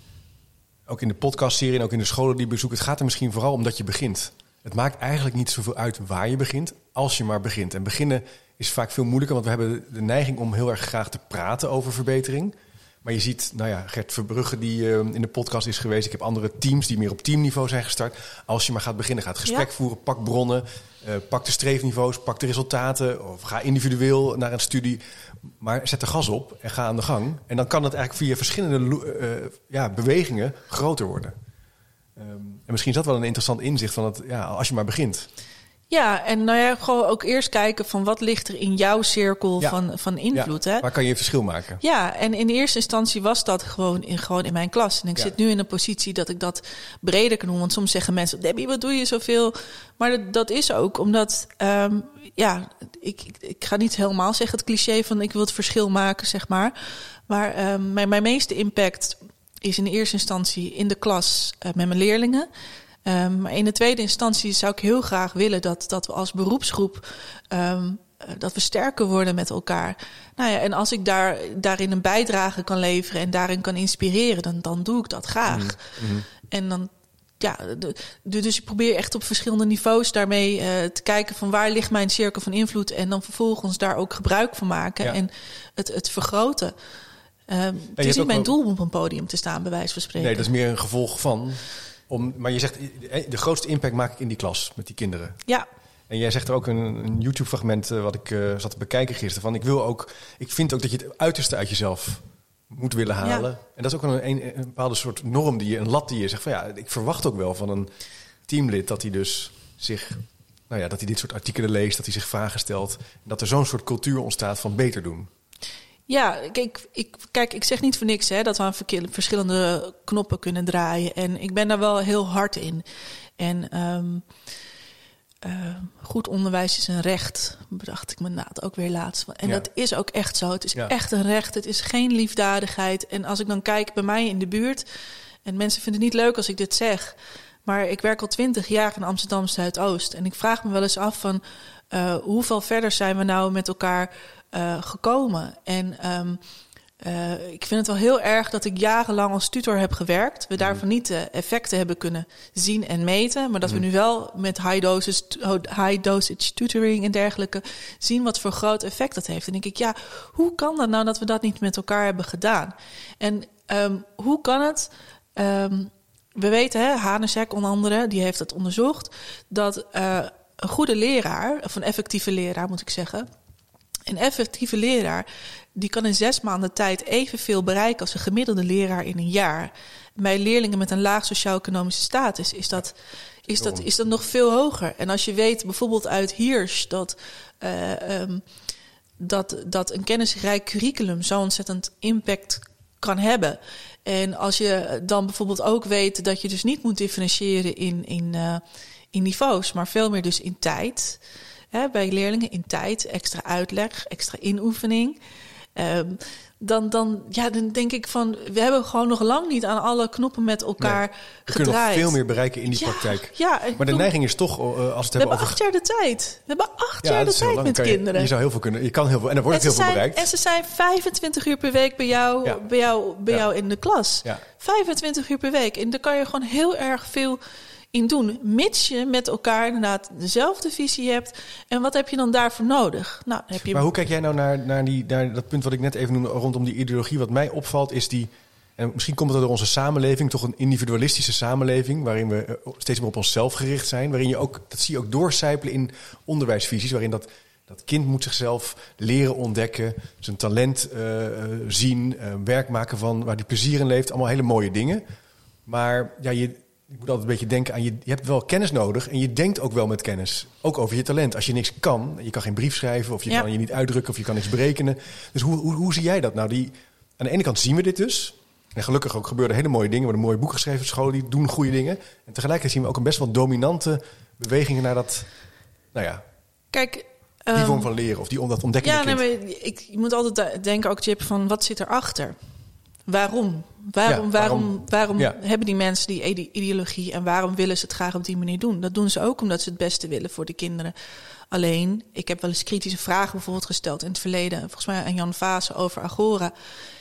ook in de podcastserie en ook in de scholen die ik bezoek, het gaat er misschien vooral om dat je begint. Het maakt eigenlijk niet zoveel uit waar je begint, als je maar begint. En beginnen is vaak veel moeilijker, want we hebben de neiging om heel erg graag te praten over verbetering. Maar je ziet, nou ja, Gert Verbrugge die uh, in de podcast is geweest. Ik heb andere teams die meer op teamniveau zijn gestart. Als je maar gaat beginnen, gaat gesprek ja. voeren, pak bronnen, uh, pak de streefniveaus, pak de resultaten. Of ga individueel naar een studie. Maar zet de gas op en ga aan de gang. En dan kan het eigenlijk via verschillende uh, ja, bewegingen groter worden. Um, en misschien is dat wel een interessant inzicht van het, ja, als je maar begint. Ja, en nou ja, gewoon ook eerst kijken van wat ligt er in jouw cirkel ja. van, van invloed. Ja. Hè? Waar kan je verschil maken? Ja, en in eerste instantie was dat gewoon in, gewoon in mijn klas. En ik ja. zit nu in een positie dat ik dat breder kan doen. Want soms zeggen mensen, Debbie, wat doe je zoveel? Maar dat, dat is ook omdat, um, ja, ik, ik, ik ga niet helemaal zeggen het cliché van ik wil het verschil maken, zeg maar. Maar um, mijn, mijn meeste impact is in de eerste instantie in de klas uh, met mijn leerlingen. Um, maar in de tweede instantie zou ik heel graag willen dat, dat we als beroepsgroep um, dat we sterker worden met elkaar. Nou ja, en als ik daar, daarin een bijdrage kan leveren en daarin kan inspireren, dan, dan doe ik dat graag. Mm-hmm. En dan, ja, de, de, dus ik probeer echt op verschillende niveaus daarmee uh, te kijken van waar ligt mijn cirkel van invloed en dan vervolgens daar ook gebruik van maken ja. en het, het vergroten. Uh, het is niet mijn doel om op een podium te staan, bij wijze van spreken. Nee, dat is meer een gevolg van. Om, maar je zegt, de grootste impact maak ik in die klas met die kinderen. Ja. En jij zegt er ook een, een YouTube-fragment uh, wat ik uh, zat te bekijken gisteren. Van ik wil ook, ik vind ook dat je het uiterste uit jezelf moet willen halen. Ja. En dat is ook een, een, een bepaalde soort norm die je, een lat die je zegt van ja, ik verwacht ook wel van een teamlid dat hij dus zich, nou ja, dat hij dit soort artikelen leest, dat hij zich vragen stelt, dat er zo'n soort cultuur ontstaat van beter doen. Ja, kijk ik, kijk, ik zeg niet voor niks hè, dat we aan verschillende knoppen kunnen draaien. En ik ben daar wel heel hard in. En um, uh, goed onderwijs is een recht, bedacht ik me na het ook weer laatst. En ja. dat is ook echt zo. Het is ja. echt een recht. Het is geen liefdadigheid. En als ik dan kijk bij mij in de buurt, en mensen vinden het niet leuk als ik dit zeg, maar ik werk al twintig jaar in Amsterdam Zuidoost. En ik vraag me wel eens af van uh, hoeveel verder zijn we nou met elkaar Uh, gekomen. En um, uh, ik vind het wel heel erg dat ik jarenlang als tutor heb gewerkt. We daarvan niet de effecten hebben kunnen zien en meten. Maar dat we nu wel met high dosage, high dosage tutoring en dergelijke zien wat voor groot effect dat heeft. En denk ik, ja, hoe kan dat nou dat we dat niet met elkaar hebben gedaan? En um, hoe kan het? Um, we weten, hè, Hanesek onder andere, die heeft het onderzocht, dat uh, een goede leraar, of een effectieve leraar moet ik zeggen, een effectieve leraar die kan in zes maanden tijd evenveel bereiken als een gemiddelde leraar in een jaar. Bij leerlingen met een laag sociaal-economische status is dat, is dat, is dat nog veel hoger. En als je weet bijvoorbeeld uit Hirsch dat, uh, um, dat, dat een kennisrijk curriculum zo ontzettend impact kan hebben. En als je dan bijvoorbeeld ook weet dat je dus niet moet differentiëren in, in, uh, in niveaus, maar veel meer dus in tijd. Hè, bij leerlingen in tijd, extra uitleg, extra inoefening. Um, dan, dan, ja, dan denk ik van, we hebben gewoon nog lang niet aan alle knoppen met elkaar nee, we gedraaid. We kunnen nog veel meer bereiken in die ja, praktijk. Ja, maar de neiging is toch, uh, als het we hebben hebben over... acht jaar de tijd. We hebben acht ja, jaar de tijd met je, kinderen. Je zou heel veel kunnen, je kan heel veel, en er wordt ook heel zijn, veel bereikt. En ze zijn vijfentwintig uur per week bij jou, ja. bij jou, bij ja. jou in de klas. Ja. vijfentwintig uur per week. En daar kan je gewoon heel erg veel in doen, mits je met elkaar inderdaad dezelfde visie hebt. En wat heb je dan daarvoor nodig? Nou, heb je... Maar hoe kijk jij nou naar, naar, die, naar dat punt wat ik net even noemde rondom die ideologie? Wat mij opvalt is die, en misschien komt het door onze samenleving, toch een individualistische samenleving, waarin we steeds meer op onszelf gericht zijn, waarin je ook, dat zie je ook doorcijpelen in onderwijsvisies, waarin dat, dat kind moet zichzelf leren ontdekken, zijn talent uh, zien, uh, werk maken van waar hij plezier in leeft, allemaal hele mooie dingen. Maar ja, je... Ik moet altijd een beetje denken aan, je, je hebt wel kennis nodig en je denkt ook wel met kennis. Ook over je talent. Als je niks kan, je kan geen brief schrijven of je ja. kan je niet uitdrukken of je kan niks berekenen. Dus hoe, hoe, hoe zie jij dat nou? Die, aan de ene kant zien we dit dus. En gelukkig ook gebeuren hele mooie dingen. Er worden mooie boeken geschreven, scholen die doen goede dingen. En tegelijkertijd zien we ook een best wel dominante bewegingen naar dat, nou ja, Kijk, die um, vorm van leren of die, dat ontdekkende ja, kind. Nee, maar ik, je moet altijd denken ook, Chip, van wat zit erachter? waarom? Waarom, Ja, waarom, waarom, waarom ja. hebben die mensen die ide- ideologie en waarom willen ze het graag op die manier doen? Dat doen ze ook omdat ze het beste willen voor de kinderen. Alleen, ik heb wel eens kritische vragen bijvoorbeeld gesteld in het verleden, volgens mij aan Jan Vaassen over Agora.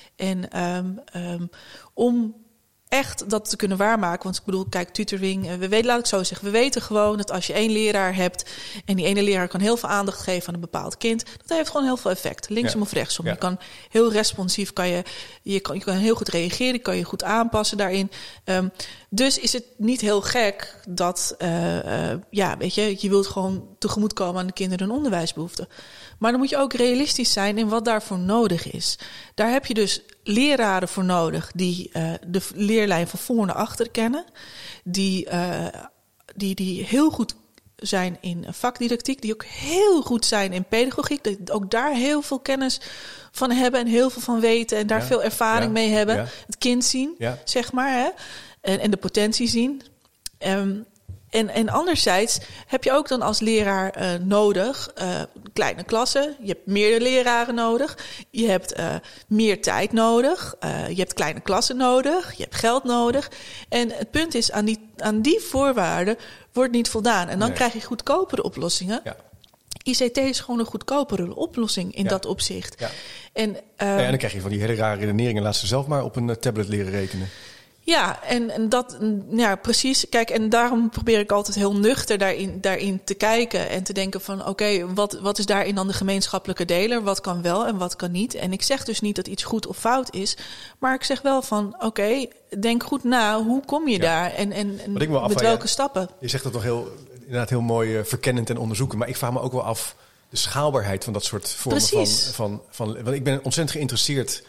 En um, um, om echt dat te kunnen waarmaken, want ik bedoel, kijk, tutoring, we weten, laat ik zo zeggen, we weten gewoon dat als je één leraar hebt en die ene leraar kan heel veel aandacht geven aan een bepaald kind, dat heeft gewoon heel veel effect, linksom Ja. of rechtsom. Ja. Je kan heel responsief, kan je, je, kan, je kan heel goed reageren, kan je goed aanpassen daarin. Um, dus is het niet heel gek dat, uh, uh, ja, weet je, je wilt gewoon tegemoetkomen aan de kinderen hun onderwijsbehoeften. Maar dan moet je ook realistisch zijn in wat daarvoor nodig is. Daar heb je dus leraren voor nodig die uh, de leerlijn van voor naar achter kennen. Die, uh, die, die heel goed zijn in vakdidactiek. Die ook heel goed zijn in pedagogiek. Die ook daar heel veel kennis van hebben en heel veel van weten. En daar Ja, veel ervaring ja, mee hebben. ja. Het kind zien, Ja. zeg maar. Hè? En, en de potentie zien. Um, En, en anderzijds heb je ook dan als leraar uh, nodig uh, kleine klassen. Je hebt meer leraren nodig. Je hebt uh, meer tijd nodig. Uh, je hebt kleine klassen nodig. Je hebt geld nodig. En het punt is, aan die, aan die voorwaarden wordt niet voldaan. En dan Nee. krijg je goedkopere oplossingen. Ja. I C T is gewoon een goedkopere oplossing in Ja. dat opzicht. Ja. En, uh, Ja, en dan krijg je van die hele rare redeneringen. Laat ze zelf maar op een uh, tablet leren rekenen. Ja, en, en dat, ja, precies. Kijk, en daarom probeer ik altijd heel nuchter daarin, daarin te kijken en te denken van, oké, okay, wat, wat is daarin dan de gemeenschappelijke deler? Wat kan wel en wat kan niet? En ik zeg dus niet dat iets goed of fout is, maar ik zeg wel van, oké, okay, denk goed na, hoe kom je Ja. daar en, en, en Wat ik me met afvraag, welke ja, stappen? Je zegt dat nog heel, inderdaad heel mooi uh, verkennend en onderzoeken. Maar ik vraag me ook wel af de schaalbaarheid van dat soort vormen van, Precies. van, van... Want ik ben ontzettend geïnteresseerd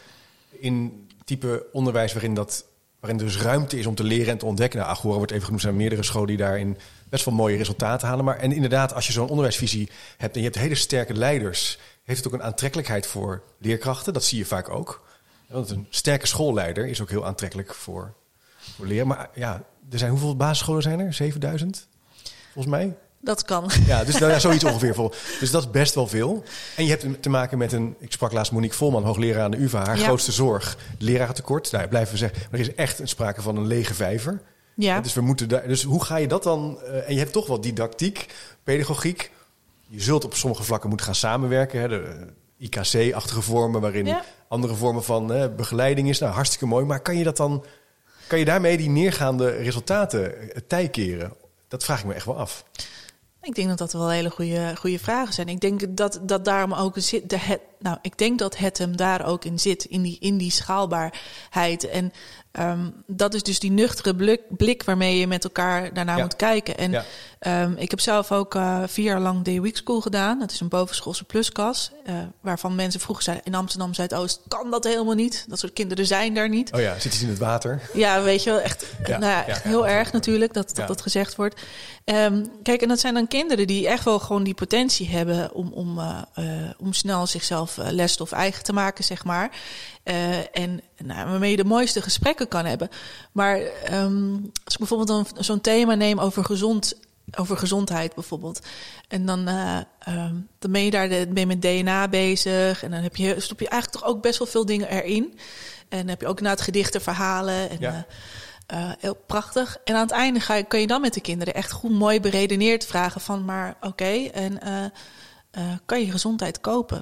in type onderwijs waarin dat... waarin dus ruimte is om te leren en te ontdekken. Nou, Agora wordt even genoemd, er zijn meerdere scholen die daarin best wel mooie resultaten halen. Maar en inderdaad, als je zo'n onderwijsvisie hebt en je hebt hele sterke leiders, heeft het ook een aantrekkelijkheid voor leerkrachten. Dat zie je vaak ook. Want een sterke schoolleider is ook heel aantrekkelijk voor, voor leren. Maar ja, er zijn hoeveel basisscholen zijn er? zevenduizend? Volgens mij. Dat kan. Ja, dus nou, ja, zoiets ongeveer. Vol. Dus dat is best wel veel. En je hebt te maken met een... Ik sprak laatst Monique Volman, hoogleraar aan de U vA. Haar Ja. grootste zorg, lerarentekort. Nou, blijven we zeggen, er is echt een sprake van een lege vijver. Ja. Dus, we moeten daar, dus hoe ga je dat dan... Uh, en je hebt toch wel didactiek, pedagogiek. Je zult op sommige vlakken moeten gaan samenwerken. Hè, de uh, I K C-achtige vormen, waarin Ja. andere vormen van uh, begeleiding is. Nou, hartstikke mooi. Maar kan je dat dan... Kan je daarmee die neergaande resultaten uh, tij keren? Dat vraag ik me echt wel af. Ik denk dat dat wel hele goede, goede vragen zijn. Ik denk dat, dat daarom ook zit. De het, nou, ik denk dat het hem daar ook in zit, in die, in die schaalbaarheid. En um, dat is dus die nuchtere blik, blik waarmee je met elkaar daarnaar Ja. moet kijken. En Ja. um, ik heb zelf ook uh, vier jaar lang Day Week School gedaan. Dat is een bovenschoolse pluskas. Uh, waarvan mensen vroeger zeiden, in Amsterdam Zuidoost kan dat helemaal niet. Dat soort kinderen zijn daar niet. Oh ja, zit iets in het water. Ja, weet je wel, echt, Ja, nou ja, ja, echt ja. heel erg natuurlijk dat dat, Ja. dat gezegd wordt. Um, kijk, en dat zijn dan kinderen die echt wel gewoon die potentie hebben om, om, uh, uh, om snel zichzelf uh, lesstof eigen te maken, zeg maar. Uh, en nou, waarmee je de mooiste gesprekken kan hebben. Maar um, als ik bijvoorbeeld dan zo'n thema neem over gezond, over gezondheid bijvoorbeeld. En dan, uh, um, dan ben je daar de, ben je met D N A bezig. En dan heb je, stop je eigenlijk toch ook best wel veel dingen erin. En dan heb je ook na het gedichten, verhalen. En, Ja. uh, Uh, heel prachtig. En aan het einde ga je, kan je dan met de kinderen echt goed mooi beredeneerd vragen van, maar oké, okay, en uh, uh, kan je gezondheid kopen?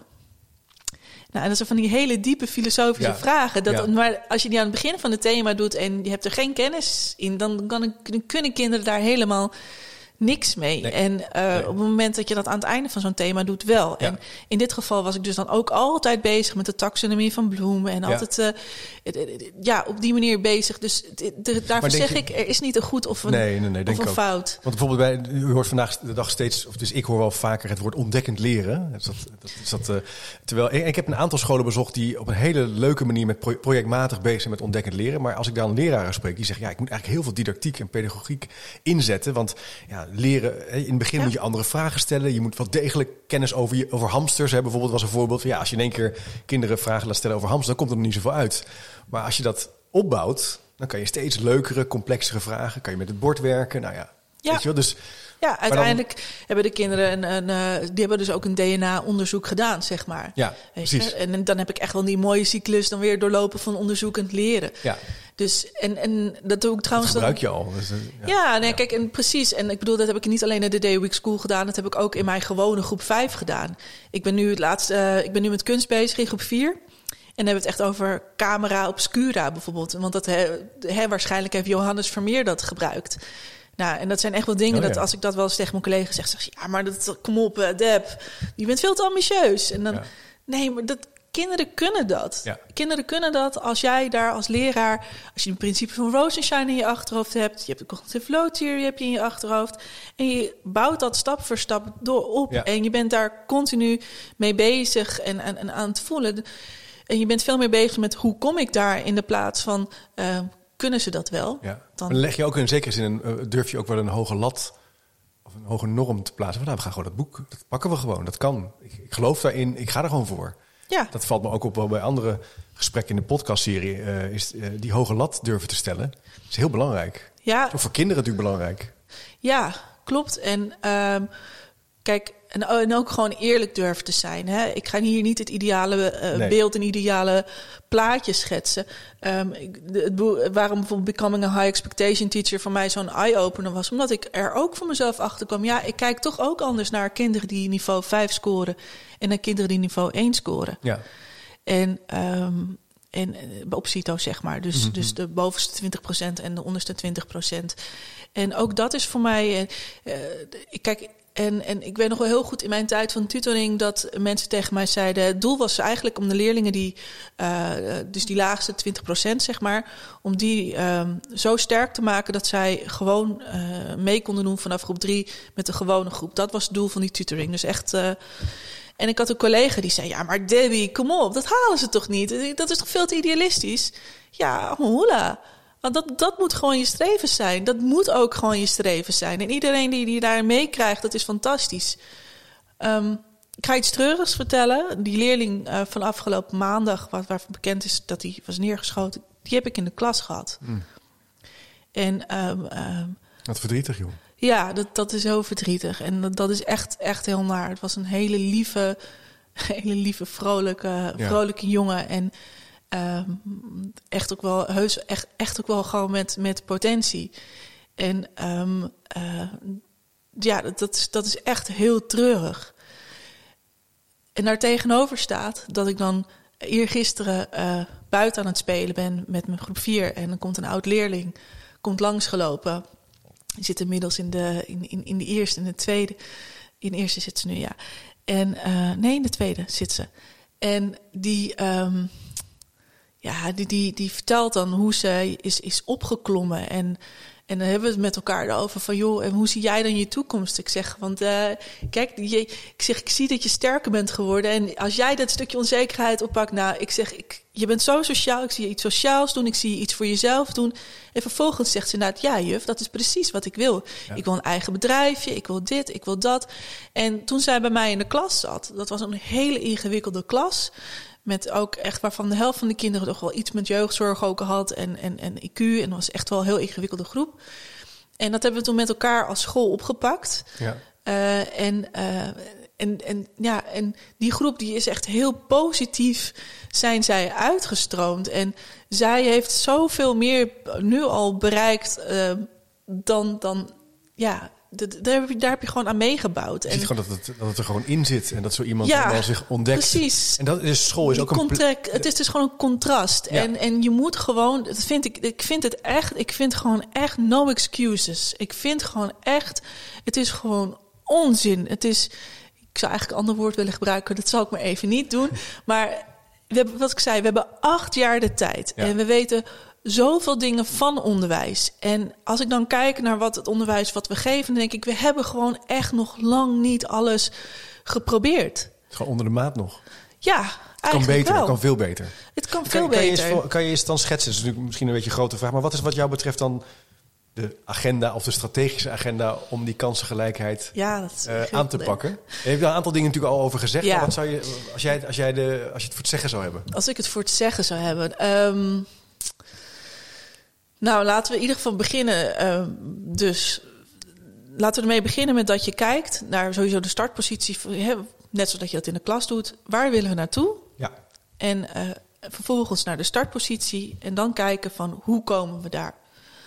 Nou, en dat zijn van die hele diepe filosofische Ja. vragen. Dat, Ja. Maar als je die aan het begin van het thema doet en je hebt er geen kennis in, dan, kan, dan kunnen kinderen daar helemaal niks mee. Nee. En uh, Nee. op het moment dat je dat aan het einde van zo'n thema doet, wel. Ja. En in dit geval was ik dus dan ook altijd bezig met de taxonomie van Bloem. En Ja. altijd uh, het- het- het- ja, op die manier bezig. Dus het- het- daarvoor denk zeg je- ik, er is niet een goed of een, Nee, nee, nee, denk of ik een ook. fout. Want bijvoorbeeld bij, u hoort vandaag de dag steeds, of dus ik hoor wel vaker het woord ontdekkend leren. Dus dat, dat, is dat, uh, terwijl ik, ik heb een aantal scholen bezocht die op een hele leuke manier met pro- projectmatig bezig zijn met ontdekkend leren. Maar als ik dan leraren spreek, die zeggen, ja, ik moet eigenlijk heel veel didactiek en pedagogiek inzetten. Want ja, leren, in het begin Ja. moet je andere vragen stellen. Je moet wel degelijk kennis over, je, over hamsters hebben. Bijvoorbeeld was een voorbeeld van, ja, als je in één keer kinderen vragen laat stellen over hamsters, dan komt er nog niet zoveel uit. Maar als je dat opbouwt, dan kan je steeds leukere, complexere vragen. Kan je met het bord werken. Nou ja, Ja. weet je wel. Dus Ja, uiteindelijk dan... hebben de kinderen een, een, uh, die hebben dus ook een D N A-onderzoek gedaan, zeg maar. Ja, precies. En dan heb ik echt wel die mooie cyclus dan weer doorlopen van onderzoekend leren. Ja. Dus en, en dat doe ik trouwens. Dat gebruik je al. Dus, uh, ja, ja, nee, ja. Kijk, en precies. En ik bedoel, dat heb ik niet alleen in de Day Week School gedaan. Dat heb ik ook in mijn gewone groep vijf gedaan. Ik ben nu het laatste. Uh, ik ben nu met kunst bezig in groep vier. En dan hebben we het echt over camera obscura bijvoorbeeld. Want dat he, he, waarschijnlijk heeft Johannes Vermeer dat gebruikt. Nou, en dat zijn echt wel dingen oh, ja. dat als ik dat wel eens tegen mijn collega zeg, zeg ja, maar dat, kom op, uh, Deb, je bent veel te ambitieus. En dan, ja. nee, maar dat, kinderen kunnen dat. Ja. Kinderen kunnen dat als jij daar als leraar, als je het principe van Rosenshine in je achterhoofd hebt, je hebt de cognitive flow theory heb je in je achterhoofd, en je bouwt dat stap voor stap door op. Ja. En je bent daar continu mee bezig en, en, en aan het voelen. En je bent veel meer bezig met hoe kom ik daar in de plaats van uh, kunnen ze dat wel? Ja. Dan leg je ook in zekere zin een, uh, durf je ook wel een hoge lat of een hoge norm te plaatsen. Van, nou, we gaan gewoon dat boek, dat pakken we gewoon. Dat kan. Ik, ik geloof daarin. Ik ga er gewoon voor. Ja. Dat valt me ook op wel bij andere gesprekken in de podcastserie. Uh, is uh, die hoge lat durven te stellen. Dat is heel belangrijk. Ja. Ook voor kinderen natuurlijk belangrijk. Ja, klopt. En um, kijk. En, en ook gewoon eerlijk durven te zijn. Hè? Ik ga hier niet het ideale uh, nee. beeld en ideale plaatje schetsen. Um, ik, de, het boek, waarom bijvoorbeeld Becoming a High Expectation Teacher voor mij zo'n eye-opener was. Omdat ik er ook voor mezelf achter kwam. Ja, ik kijk toch ook anders naar kinderen die niveau vijf scoren. En naar kinderen die niveau één scoren. Ja. En, um, en op CITO zeg maar. Dus, mm-hmm. dus de bovenste twintig procent en de onderste twintig procent. En ook dat is voor mij... Uh, kijk... En, en ik weet nog wel heel goed in mijn tijd van tutoring dat mensen tegen mij zeiden, het doel was eigenlijk om de leerlingen die, uh, dus die laagste twintig procent zeg maar, om die um, zo sterk te maken dat zij gewoon uh, mee konden doen vanaf groep drie met de gewone groep. Dat was het doel van die tutoring. Dus echt. Uh, en ik had een collega die zei, ja maar Debbie, kom op, dat halen ze toch niet? Dat is toch veel te idealistisch? Ja, hoela. Want dat, dat moet gewoon je streven zijn. Dat moet ook gewoon je streven zijn. En iedereen die, die daarin meekrijgt, dat is fantastisch. Um, ik ga iets treurigs vertellen. Die leerling uh, van afgelopen maandag, waar, waarvan bekend is dat hij was neergeschoten, die heb ik in de klas gehad. Mm. En, um, um, Wat verdrietig, joh. Ja, dat, dat is heel verdrietig. En dat, dat is echt, echt heel naar. Het was een hele lieve, hele lieve, vrolijke, vrolijke ja. jongen. En Um, echt ook wel heus, echt, echt ook wel gewoon met, met potentie. En um, uh, ja, dat, dat, is, dat is echt heel treurig. En daar tegenover staat dat ik dan eergisteren uh, buiten aan het spelen ben met mijn groep vier. En dan komt een oud leerling, komt langsgelopen. Die zit inmiddels in de, in, in, in de eerste en de tweede. In de eerste zit ze nu, ja. En uh, nee, in de tweede zit ze. En die... Um, Ja, die, die, die vertelt dan hoe ze is, is opgeklommen. En, en dan hebben we het met elkaar over van, joh, en hoe zie jij dan je toekomst? Ik zeg, want uh, kijk, je, ik zeg, ik zie dat je sterker bent geworden. En als jij dat stukje onzekerheid oppakt, nou, ik zeg, ik, je bent zo sociaal. Ik zie je iets sociaals doen, ik zie je iets voor jezelf doen. En vervolgens zegt ze inderdaad, ja juf, dat is precies wat ik wil. Ja. Ik wil een eigen bedrijfje, ik wil dit, ik wil dat. En toen zij bij mij in de klas zat, dat was een hele ingewikkelde klas. Met ook echt waarvan de helft van de kinderen toch wel iets met jeugdzorg ook had. En, en, en I Q. En dat was echt wel een heel ingewikkelde groep. En dat hebben we toen met elkaar als school opgepakt. Ja. Uh, en, uh, en, en, ja, en die groep die is echt heel positief zijn zij uitgestroomd. En zij heeft zoveel meer nu al bereikt uh, dan, dan ja... Daar heb, je, daar heb je gewoon aan meegebouwd. Je ziet en, gewoon dat het, dat het er gewoon in zit en dat zo iemand ja, wel zich ontdekt. Precies. En dat is school is ook een contract, het is dus gewoon een contrast. Ja. En, en je moet gewoon, dat vind ik, ik vind het echt, ik vind gewoon echt no excuses. Ik vind gewoon echt, het is gewoon onzin. Het is, ik zou eigenlijk een ander woord willen gebruiken, dat zal ik maar even niet doen. Maar we hebben, wat ik zei, we hebben acht jaar de tijd ja. en we weten zoveel dingen van onderwijs. En als ik dan kijk naar wat het onderwijs wat we geven, dan denk ik, we hebben gewoon echt nog lang niet alles geprobeerd. Het is gewoon onder de maat nog. Ja, het kan beter, wel. Het kan veel beter. Het kan kan, veel kan beter. Je eens, kan je eens dan schetsen? Dat is natuurlijk misschien een beetje een grote vraag, maar wat is wat jou betreft dan de agenda of de strategische agenda om die kansengelijkheid ja, dat is uh, aan te pakken? Je hebt daar een aantal dingen natuurlijk al over gezegd. Ja. Maar wat zou je, als jij, als jij de, als je het voor het zeggen zou hebben? Als ik het voor het zeggen zou hebben. Um, nou, laten we in ieder geval beginnen. Uh, dus laten we ermee beginnen met dat je kijkt naar sowieso de startpositie. Hè, net zoals je dat in de klas doet. Waar willen we naartoe? Ja. En uh, vervolgens naar de startpositie. En dan kijken van hoe komen we daar?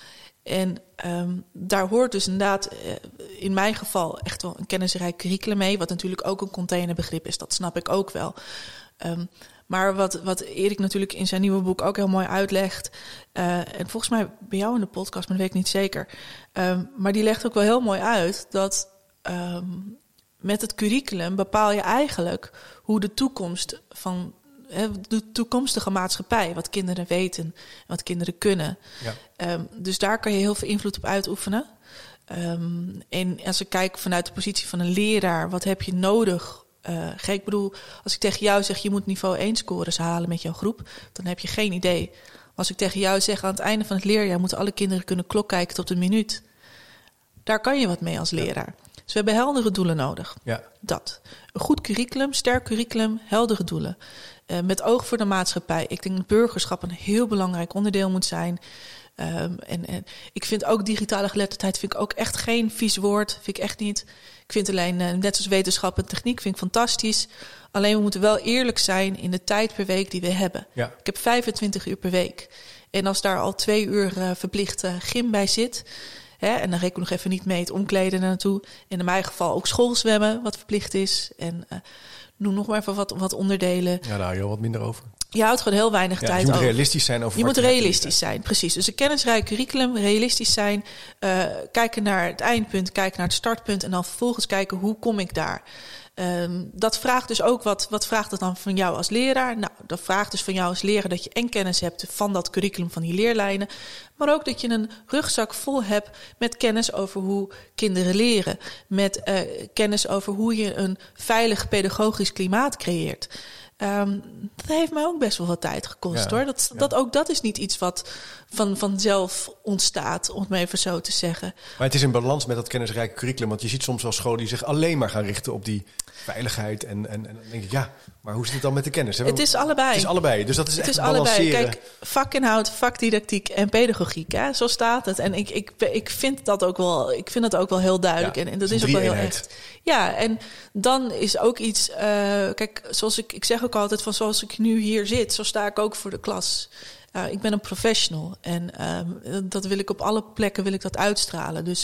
En um, daar hoort dus inderdaad uh, in mijn geval echt wel een kennisrijk curriculum mee. Wat natuurlijk ook een containerbegrip is. Dat snap ik ook wel. Um, maar wat, wat Erik natuurlijk in zijn nieuwe boek ook heel mooi uitlegt. Uh, en volgens mij bij jou in de podcast, maar dat weet ik niet zeker. Um, maar die legt ook wel heel mooi uit dat um, met het curriculum bepaal je eigenlijk hoe de toekomst van de toekomstige maatschappij, wat kinderen weten, wat kinderen kunnen. Ja. Um, dus daar kan je heel veel invloed op uitoefenen. Um, en als ik kijk vanuit de positie van een leraar, wat heb je nodig? Uh, ik bedoel, als ik tegen jou zeg, je moet niveau één scores halen met jouw groep, dan heb je geen idee. Als ik tegen jou zeg, aan het einde van het leerjaar moeten alle kinderen kunnen klokkijken tot een minuut. Daar kan je wat mee als leraar. Ja. Dus we hebben heldere doelen nodig. Ja. Dat. Een goed curriculum, sterk curriculum, heldere doelen. Uh, met oog voor de maatschappij. Ik denk dat burgerschap een heel belangrijk onderdeel moet zijn. Um, en, en ik vind ook digitale geletterdheid vind ik ook echt geen vies woord. Vind ik echt niet. Ik vind alleen, uh, net als wetenschap en techniek, vind ik fantastisch. Alleen we moeten wel eerlijk zijn in de tijd per week die we hebben. Ja. Ik heb vijfentwintig uur per week. En als daar al twee uur uh, verplicht uh, gym bij zit, hè, en dan reken ik nog even niet mee het omkleden naartoe. En in mijn geval ook schoolzwemmen, wat verplicht is. En uh, noem nog maar even wat, wat onderdelen. Ja, daar hou je al wat minder over. Je houdt gewoon heel weinig ja, tijd over. over. Je moet realistisch zijn over Je moet realistisch zijn, precies. Dus een kennisrijk curriculum, realistisch zijn. Uh, kijken naar het eindpunt, kijken naar het startpunt. En dan vervolgens kijken, hoe kom ik daar? Um, dat vraagt dus ook, wat, wat vraagt het dan van jou als leraar? Nou, dat vraagt dus van jou als leraar dat je en kennis hebt van dat curriculum van die leerlijnen. Maar ook dat je een rugzak vol hebt met kennis over hoe kinderen leren. Met uh, kennis over hoe je een veilig pedagogisch klimaat creëert. Um, dat heeft mij ook best wel wat tijd gekost, ja, hoor. Dat, ja. dat, ook dat is niet iets wat van, vanzelf ontstaat, om het maar even zo te zeggen. Maar het is in balans met dat kennisrijke curriculum. Want je ziet soms wel scholen die zich alleen maar gaan richten op die veiligheid. En, en, en dan denk ik, ja, maar hoe zit het dan met de kennis? Hè? Het is allebei. Het is allebei, dus dat is het echt is balanceren. Allebei. Kijk, vakinhoud, vakdidactiek en pedagogiek, hè? Zo staat het. En ik, ik, ik vind dat ook wel, ik vind dat ook wel heel duidelijk. Ja, en, en dat is ook wel heel echt. Ja, en dan is ook iets, uh, kijk, zoals ik, ik zeg ook altijd van zoals ik nu hier zit, zo sta ik ook voor de klas. Uh, ik ben een professional en uh, dat wil ik op alle plekken wil ik dat uitstralen. Dus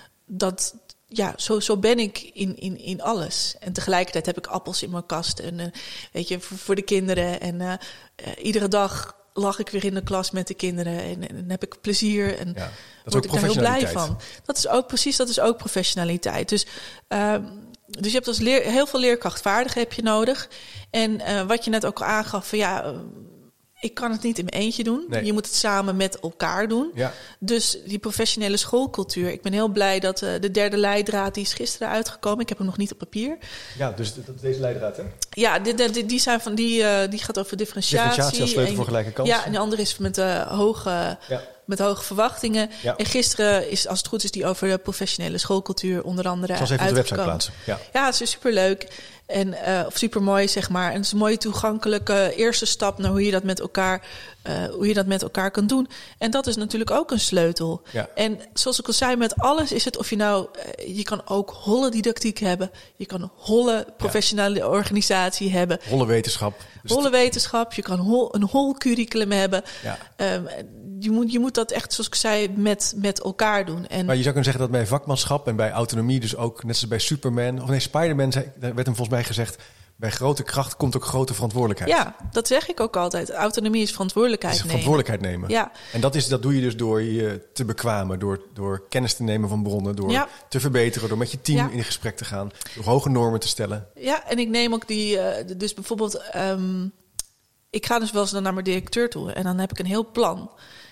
dat, ja, zo, zo ben ik in, in, in alles. En tegelijkertijd heb ik appels in mijn kast en uh, weet je, voor, voor de kinderen. En uh, uh, iedere dag lach ik weer in de klas met de kinderen en, en, en heb ik plezier en ja, dat word ik daar heel blij van. Dat is ook precies, dat is ook professionaliteit. Dus uh, Dus je hebt als leer, heel veel leerkrachtvaardigheden heb je nodig. En uh, wat je net ook al aangaf, van ja, uh, ik kan het niet in mijn eentje doen. Nee. Je moet het samen met elkaar doen. Ja. Dus die professionele schoolcultuur. Ik ben heel blij dat uh, de derde leidraad, die is gisteren uitgekomen. Ik heb hem nog niet op papier. Ja, dus dat is deze leidraad, hè? Ja, die, die, die, zijn van, die, uh, die gaat over differentiatie. Differentiatie als sleutel voor gelijke kansen. Ja, en de andere is met uh, hoge... Ja. Met hoge verwachtingen. Ja. En gisteren is, als het goed is, die over de professionele schoolcultuur onder andere uitgekomen. Ik zal even op de website plaatsen. Ja, ja, het is superleuk. En uh, of supermooi, zeg maar. En het is een mooie toegankelijke eerste stap naar hoe je dat met elkaar, uh, hoe je dat met elkaar kan doen. En dat is natuurlijk ook een sleutel. Ja. En zoals ik al zei, met alles is het of je nou, uh, je kan ook holle didactiek hebben. Je kan holle professionele ja. organisatie hebben. Holle wetenschap. Dus holle wetenschap. Je kan hol, een hol curriculum hebben. Ja. Um, je moet, je moet dat echt, zoals ik zei, met, met elkaar doen. En maar je zou kunnen zeggen dat bij vakmanschap en bij autonomie dus ook, net zoals bij Superman, of nee, Spider-Man, zei, daar werd hem volgens mij gezegd, bij grote kracht komt ook grote verantwoordelijkheid. Ja, dat zeg ik ook altijd. Autonomie is verantwoordelijkheid nemen. verantwoordelijkheid nemen. Ja. En dat, is, dat doe je dus door je te bekwamen, door, door kennis te nemen van bronnen, door ja. te verbeteren, door met je team ja. in gesprek te gaan, door hoge normen te stellen. Ja, en ik neem ook die, uh, dus bijvoorbeeld, um, ik ga dus wel eens dan naar mijn directeur toe en dan heb ik een heel plan.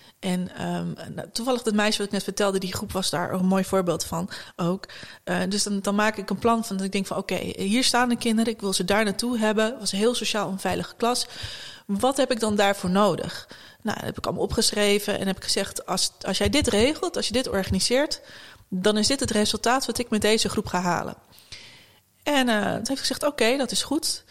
En um, nou, toevallig dat meisje wat ik net vertelde, die groep was daar een mooi voorbeeld van ook. Uh, dus dan, dan maak ik een plan van dat ik denk van oké, okay, hier staan de kinderen, ik wil ze daar naartoe hebben. Het was een heel sociaal onveilige klas. Wat heb ik dan daarvoor nodig? Nou, dat heb ik allemaal opgeschreven en heb ik gezegd, als, als jij dit regelt, als je dit organiseert, dan is dit het resultaat wat ik met deze groep ga halen. En uh, toen heeft ik gezegd, oké, okay, dat is goed.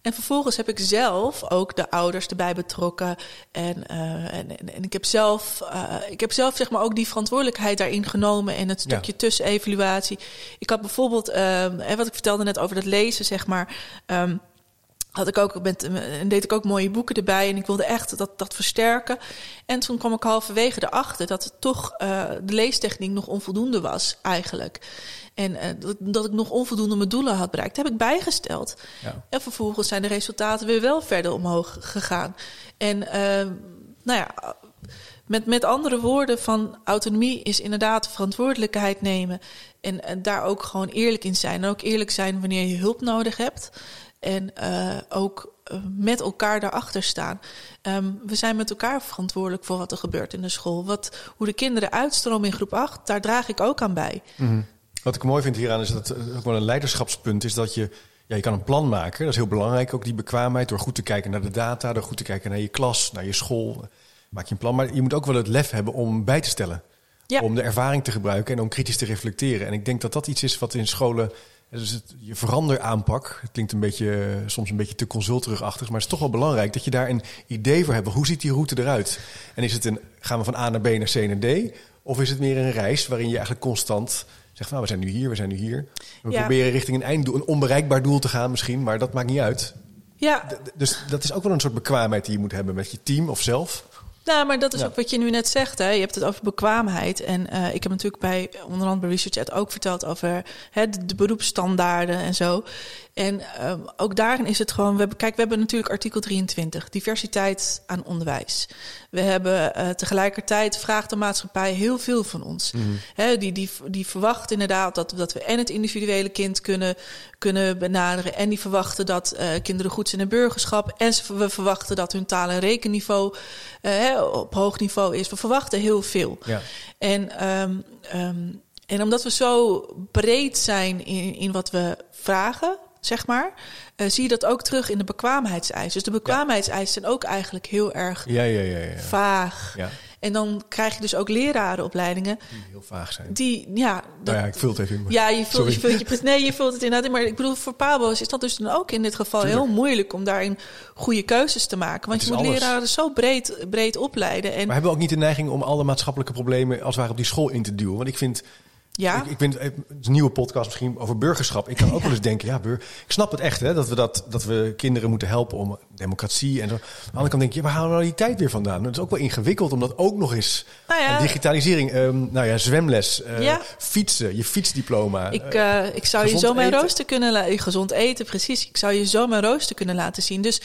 En vervolgens heb ik zelf ook de ouders erbij betrokken. En, uh, en, en, en ik heb zelf, uh, ik heb zelf zeg maar ook die verantwoordelijkheid daarin genomen. En het stukje ja. tussenevaluatie. Ik had bijvoorbeeld, uh, wat ik vertelde net over dat lezen, zeg maar. Um, had ik ook met, en deed ik ook mooie boeken erbij. En ik wilde echt dat, dat versterken. En toen kwam ik halverwege erachter dat het toch uh, de leestechniek nog onvoldoende was, eigenlijk. En uh, dat, dat ik nog onvoldoende mijn doelen had bereikt, heb ik bijgesteld. Ja. En vervolgens zijn de resultaten weer wel verder omhoog gegaan. En uh, nou ja, met, met andere woorden, van autonomie is inderdaad verantwoordelijkheid nemen. En, en daar ook gewoon eerlijk in zijn. En ook eerlijk zijn wanneer je hulp nodig hebt. En uh, ook uh, met elkaar daarachter staan. Um, we zijn met elkaar verantwoordelijk voor wat er gebeurt in de school. Wat, hoe de kinderen uitstromen in groep acht, daar draag ik ook aan bij. Mm-hmm. Wat ik mooi vind hieraan is dat het ook wel een leiderschapspunt is dat je... Ja, je kan een plan maken, dat is heel belangrijk, ook die bekwaamheid. Door goed te kijken naar de data, door goed te kijken naar je klas, naar je school. Maak je een plan, maar je moet ook wel het lef hebben om bij te stellen. Ja. Om de ervaring te gebruiken en om kritisch te reflecteren. En ik denk dat dat iets is wat in scholen... Dus het, je veranderaanpak, het klinkt een beetje, soms een beetje te consulterigachtig, maar het is toch wel belangrijk dat je daar een idee voor hebt. Hoe ziet die route eruit? En is het een, gaan we van A naar B naar C naar D? Of is het meer een reis waarin je eigenlijk constant zegt, nou, we zijn nu hier, we zijn nu hier. We ja. proberen richting een einddoel, een onbereikbaar doel te gaan misschien, maar dat maakt niet uit. Ja. D- dus dat is ook wel een soort bekwaamheid die je moet hebben met je team of zelf. Nou, maar dat is ja. ook wat je nu net zegt. Hè. Je hebt het over bekwaamheid. En uh, ik heb natuurlijk bij onder andere bij ResearchED ook verteld over hè, de, de beroepsstandaarden en zo. En um, ook daarin is het gewoon... We hebben, kijk, we hebben natuurlijk artikel drieëntwintig. Diversiteit aan onderwijs. We hebben uh, tegelijkertijd vraagt de maatschappij heel veel van ons. Mm-hmm. Hè, die, die, die verwacht inderdaad dat, dat we en het individuele kind kunnen, kunnen benaderen. En die verwachten dat uh, kinderen goed zijn in burgerschap. En we verwachten dat hun taal- en rekenniveau uh, hè, op hoog niveau is. We verwachten heel veel. Ja. En... Um, um, En omdat we zo breed zijn in, in wat we vragen, zeg maar, uh, zie je dat ook terug in de bekwaamheidseisen. Dus de bekwaamheidseisen zijn ook eigenlijk heel erg ja, ja, ja, ja. vaag. Ja. En dan krijg je dus ook lerarenopleidingen. Die heel vaag zijn. Die, ja, dat, nou ja, ik vul het even in. Ja, je vult, je vult je, nee, je vult het inderdaad in. Maar ik bedoel, voor Pabo's is dat dus dan ook in dit geval Tuurlijk. heel moeilijk om daarin goede keuzes te maken. Want je moet alles. leraren zo breed, breed opleiden. En maar hebben we ook niet de neiging om alle maatschappelijke problemen als het ware op die school in te duwen? Want ik vind... Ja. Ik, ik vind het is een nieuwe podcast misschien over burgerschap. Ik kan ook ja. wel eens denken, ja, bur, ik snap het echt, hè, dat we dat, dat we kinderen moeten helpen om democratie en zo. Aan de andere kant denk je, waar halen we nou die tijd weer vandaan? Het is ook wel ingewikkeld, omdat ook nog eens nou ja. digitalisering, um, nou ja, zwemles, uh, ja. fietsen, je fietsdiploma. Ik, uh, ik zou je zo mijn rooster kunnen laten, gezond eten, precies. Ik zou je zo mijn rooster kunnen laten zien. Dus.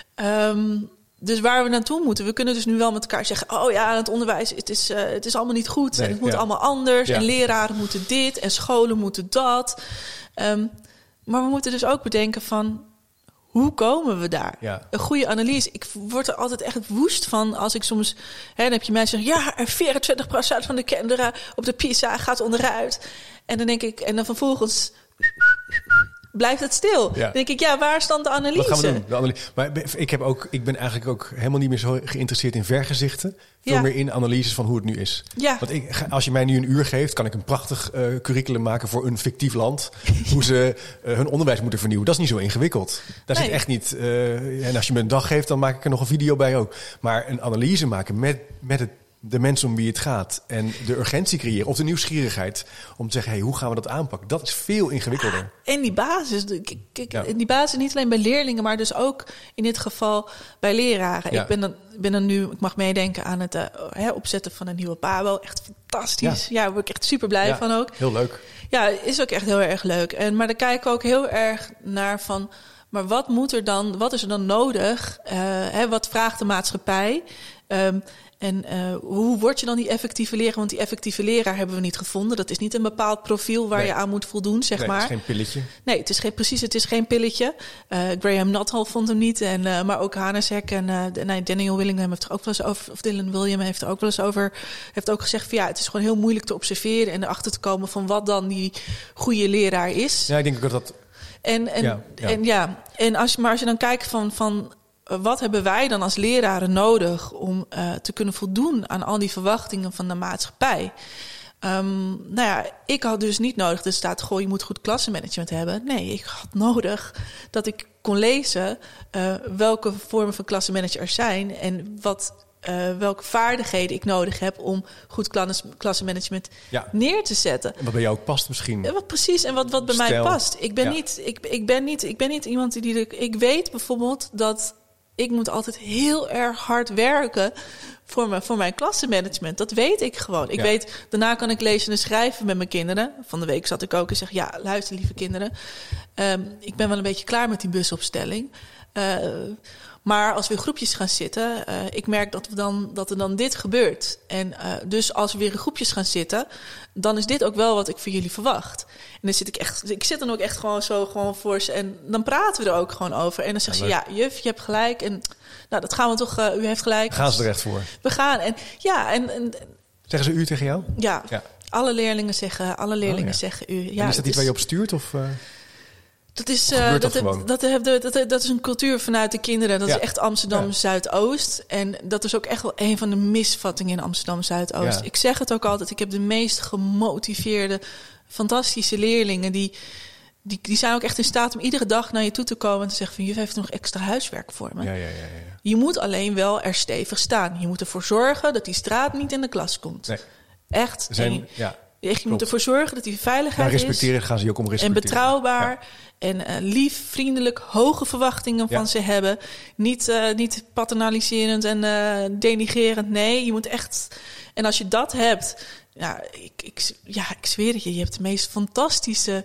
Um, Dus waar we naartoe moeten. We kunnen dus nu wel met elkaar zeggen, oh ja, het onderwijs, het is, uh, het is allemaal niet goed. Nee, en het moet ja. allemaal anders. Ja. En leraren moeten dit. En scholen moeten dat. Um, maar we moeten dus ook bedenken van, hoe komen we daar? Ja. Een goede analyse. Ik word er altijd echt woest van als ik soms... Hè, dan heb je mensen zeggen, ja, vierentwintig procent van de kinderen op de PISA gaat onderuit. En dan denk ik, en dan vervolgens... blijft het stil. Ja. Dan denk ik, ja, waar stond de analyse? Wat gaan we doen? De analyse. Maar ik, heb ook, ik ben eigenlijk ook helemaal niet meer zo geïnteresseerd in vergezichten. Veel ja. meer in analyses van hoe het nu is. Ja. Want ik, als je mij nu een uur geeft, kan ik een prachtig uh, curriculum maken voor een fictief land. Hoe ze uh, hun onderwijs moeten vernieuwen. Dat is niet zo ingewikkeld. Daar nee. zit echt niet... Uh, en als je me een dag geeft, dan maak ik er nog een video bij ook. Maar een analyse maken met, met het de mensen om wie het gaat en de urgentie creëren of de nieuwsgierigheid om te zeggen, hey, hoe gaan we dat aanpakken? Dat is veel ingewikkelder. Ja, en die basis, kijk, ja. die basis niet alleen bij leerlingen, maar dus ook in dit geval bij leraren. Ja. Ik ben dan, ben dan nu, ik mag meedenken aan het uh, hè, opzetten van een nieuwe Pabo. Echt fantastisch. Ja, ja daar word ik echt super blij ja, van ook. Heel leuk. Ja, is ook echt heel erg leuk. En maar daar kijken we ook heel erg naar van, maar wat moet er dan, wat is er dan nodig? Uh, hè, wat vraagt de maatschappij? Um, En uh, hoe word je dan die effectieve leraar? Want die effectieve leraar hebben we niet gevonden. Dat is niet een bepaald profiel waar nee. je aan moet voldoen, zeg nee, maar. Het is geen pilletje. Nee, het is geen, precies, het is geen pilletje. Uh, Graham Nuthall vond hem niet. En, uh, maar ook Hanezek en uh, nee, Daniel Willingham heeft er ook wel eens over, of Dylan William heeft er ook wel eens over, heeft ook gezegd van ja, het is gewoon heel moeilijk te observeren en erachter te komen van wat dan die goede leraar is. Ja, ik denk ook dat dat... En, en, ja, ja. en ja, en als je, maar als je dan kijkt van, van wat hebben wij dan als leraren nodig om uh, te kunnen voldoen aan al die verwachtingen van de maatschappij? Um, nou ja, ik had dus niet nodig dat er staat, goh, je moet goed klassenmanagement hebben. Nee, ik had nodig dat ik kon lezen uh, welke vormen van klassenmanager er zijn en wat, uh, welke vaardigheden ik nodig heb om goed klas, klassenmanagement ja. neer te zetten. En wat bij jou ook past misschien. Ja, wat precies, en wat, wat bij Stel. mij past. Ik ben, ja. niet, ik, ik, ben niet, ik ben niet iemand die... De, ik weet bijvoorbeeld dat ik moet altijd heel erg hard werken voor mijn, voor mijn klassenmanagement. Dat weet ik gewoon. Ik ja. weet, daarna kan ik lezen en schrijven met mijn kinderen. Van de week zat ik ook en zeg, ja, luister lieve kinderen. Um, ik ben wel een beetje klaar met die busopstelling. Uh, maar als we in groepjes gaan zitten, uh, ik merk dat, we dan, dat er dan dit gebeurt. En uh, dus als we weer in groepjes gaan zitten, dan is dit ook wel wat ik van jullie verwacht. En dan zit ik echt, ik zit dan ook echt gewoon zo gewoon voor ze en dan praten we er ook gewoon over. En dan zegt ja, ze, ja, juf, je hebt gelijk. En nou, dat gaan we toch, uh, u heeft gelijk. Gaan ze er echt voor? We gaan. En ja, en, en zeggen ze u tegen jou? Ja, ja. alle leerlingen zeggen, alle leerlingen oh, ja. zeggen u. Ja, en is dat iets waar je op stuurt of? Uh... Dat is, uh, dat, dat, dat, dat, dat, dat is een cultuur vanuit de kinderen. Dat ja. is echt Amsterdam ja. Zuidoost. En dat is ook echt wel een van de misvattingen in Amsterdam Zuidoost. Ja. Ik zeg het ook altijd. Ik heb de meest gemotiveerde, fantastische leerlingen. Die, die, die zijn ook echt in staat om iedere dag naar je toe te komen en te zeggen van, juf heeft nog extra huiswerk voor me. Ja, ja, ja, ja. Je moet alleen wel er stevig staan. Je moet ervoor zorgen dat die straat niet in de klas komt. Nee. Echt. Zijn, je ja, je moet klopt. ervoor zorgen dat die veiligheid maar respecteren is. gaan ze je ook om respecteren. En betrouwbaar. Ja. En uh, lief, vriendelijk, hoge verwachtingen van ja. ze hebben. Niet, uh, niet paternaliserend en uh, denigrerend. Nee, je moet echt... En als je dat hebt... Ja, ik, ik, ja, ik zweer het je. Je hebt de meest fantastische,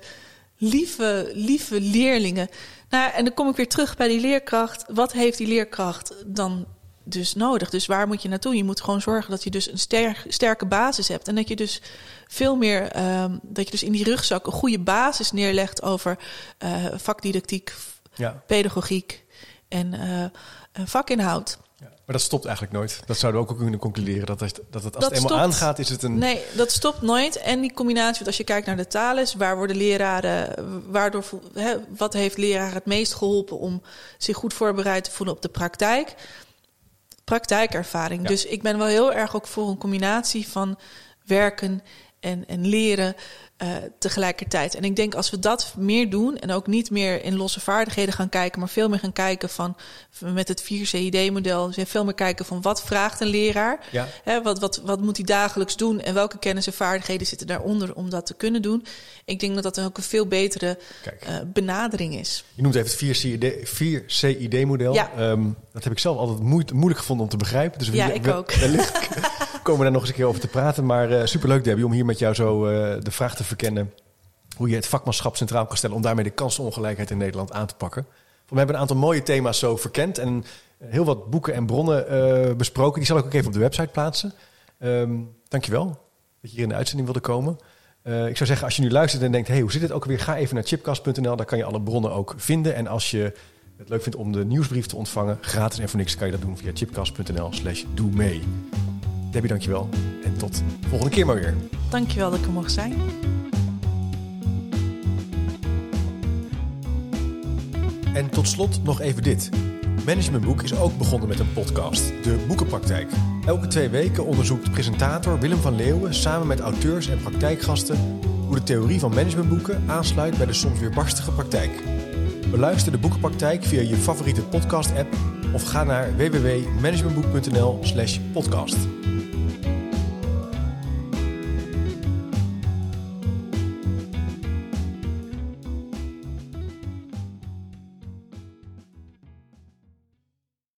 lieve, lieve leerlingen. Nou, en dan kom ik weer terug bij die leerkracht. Wat heeft die leerkracht dan dus nodig? Dus waar moet je naartoe? Je moet gewoon zorgen dat je dus een ster, sterke basis hebt. En dat je dus veel meer... Um, dat je dus in die rugzak een goede basis neerlegt over uh, vakdidactiek, ja. pedagogiek en uh, vakinhoud. Ja, maar dat stopt eigenlijk nooit. Dat zouden we ook kunnen concluderen. Dat, dat, dat het, als dat het eenmaal stopt, aangaat, is het een... Nee, dat stopt nooit. En die combinatie, want als je kijkt naar de taalles, waar worden leraren... Waardoor, hè, wat heeft leraren het meest geholpen om zich goed voorbereid te voelen op de praktijk? Praktijkervaring. Ja. Dus ik ben wel heel erg ook voor een combinatie van werken en, en leren uh, tegelijkertijd. En ik denk als we dat meer doen en ook niet meer in losse vaardigheden gaan kijken, maar veel meer gaan kijken van met het vier C I D-model, dus veel meer kijken van wat vraagt een leraar, ja. Hè, wat, wat, wat moet hij dagelijks doen en welke kennis en vaardigheden zitten daaronder om dat te kunnen doen. Ik denk dat dat ook een veel betere uh, benadering is. Je noemt even het vier C I D-model. Ja. Um, dat heb ik zelf altijd moe- moeilijk gevonden om te begrijpen. Dus ja, we, ik we, ook. Wellicht komen we daar nog eens een keer over te praten. Maar uh, superleuk, Debbie, om hier met jou zo uh, de vraag te verkennen hoe je het vakmanschap centraal kan stellen om daarmee de kansenongelijkheid in Nederland aan te pakken. We hebben een aantal mooie thema's zo verkend en heel wat boeken en bronnen uh, besproken. Die zal ik ook even op de website plaatsen. Um, dankjewel dat je hier in de uitzending wilde komen. Uh, ik zou zeggen, als je nu luistert en denkt, hey, hoe zit het ook alweer? Ga even naar chipcast punt n l, daar kan je alle bronnen ook vinden. En als je het leuk vindt om de nieuwsbrief te ontvangen, gratis en voor niks, kan je dat doen via chipcast punt n l slash doe mee. Debbie, dankjewel. En tot de volgende keer maar weer. Dankjewel dat ik er mocht zijn. En tot slot nog even dit. Managementboek is ook begonnen met een podcast, De Boekenpraktijk. Elke twee weken onderzoekt presentator Willem van Leeuwen samen met auteurs en praktijkgasten hoe de theorie van managementboeken aansluit bij de soms weerbarstige praktijk. Beluister De Boekenpraktijk via je favoriete podcast-app of ga naar w w w punt managementboek punt n l slash podcast.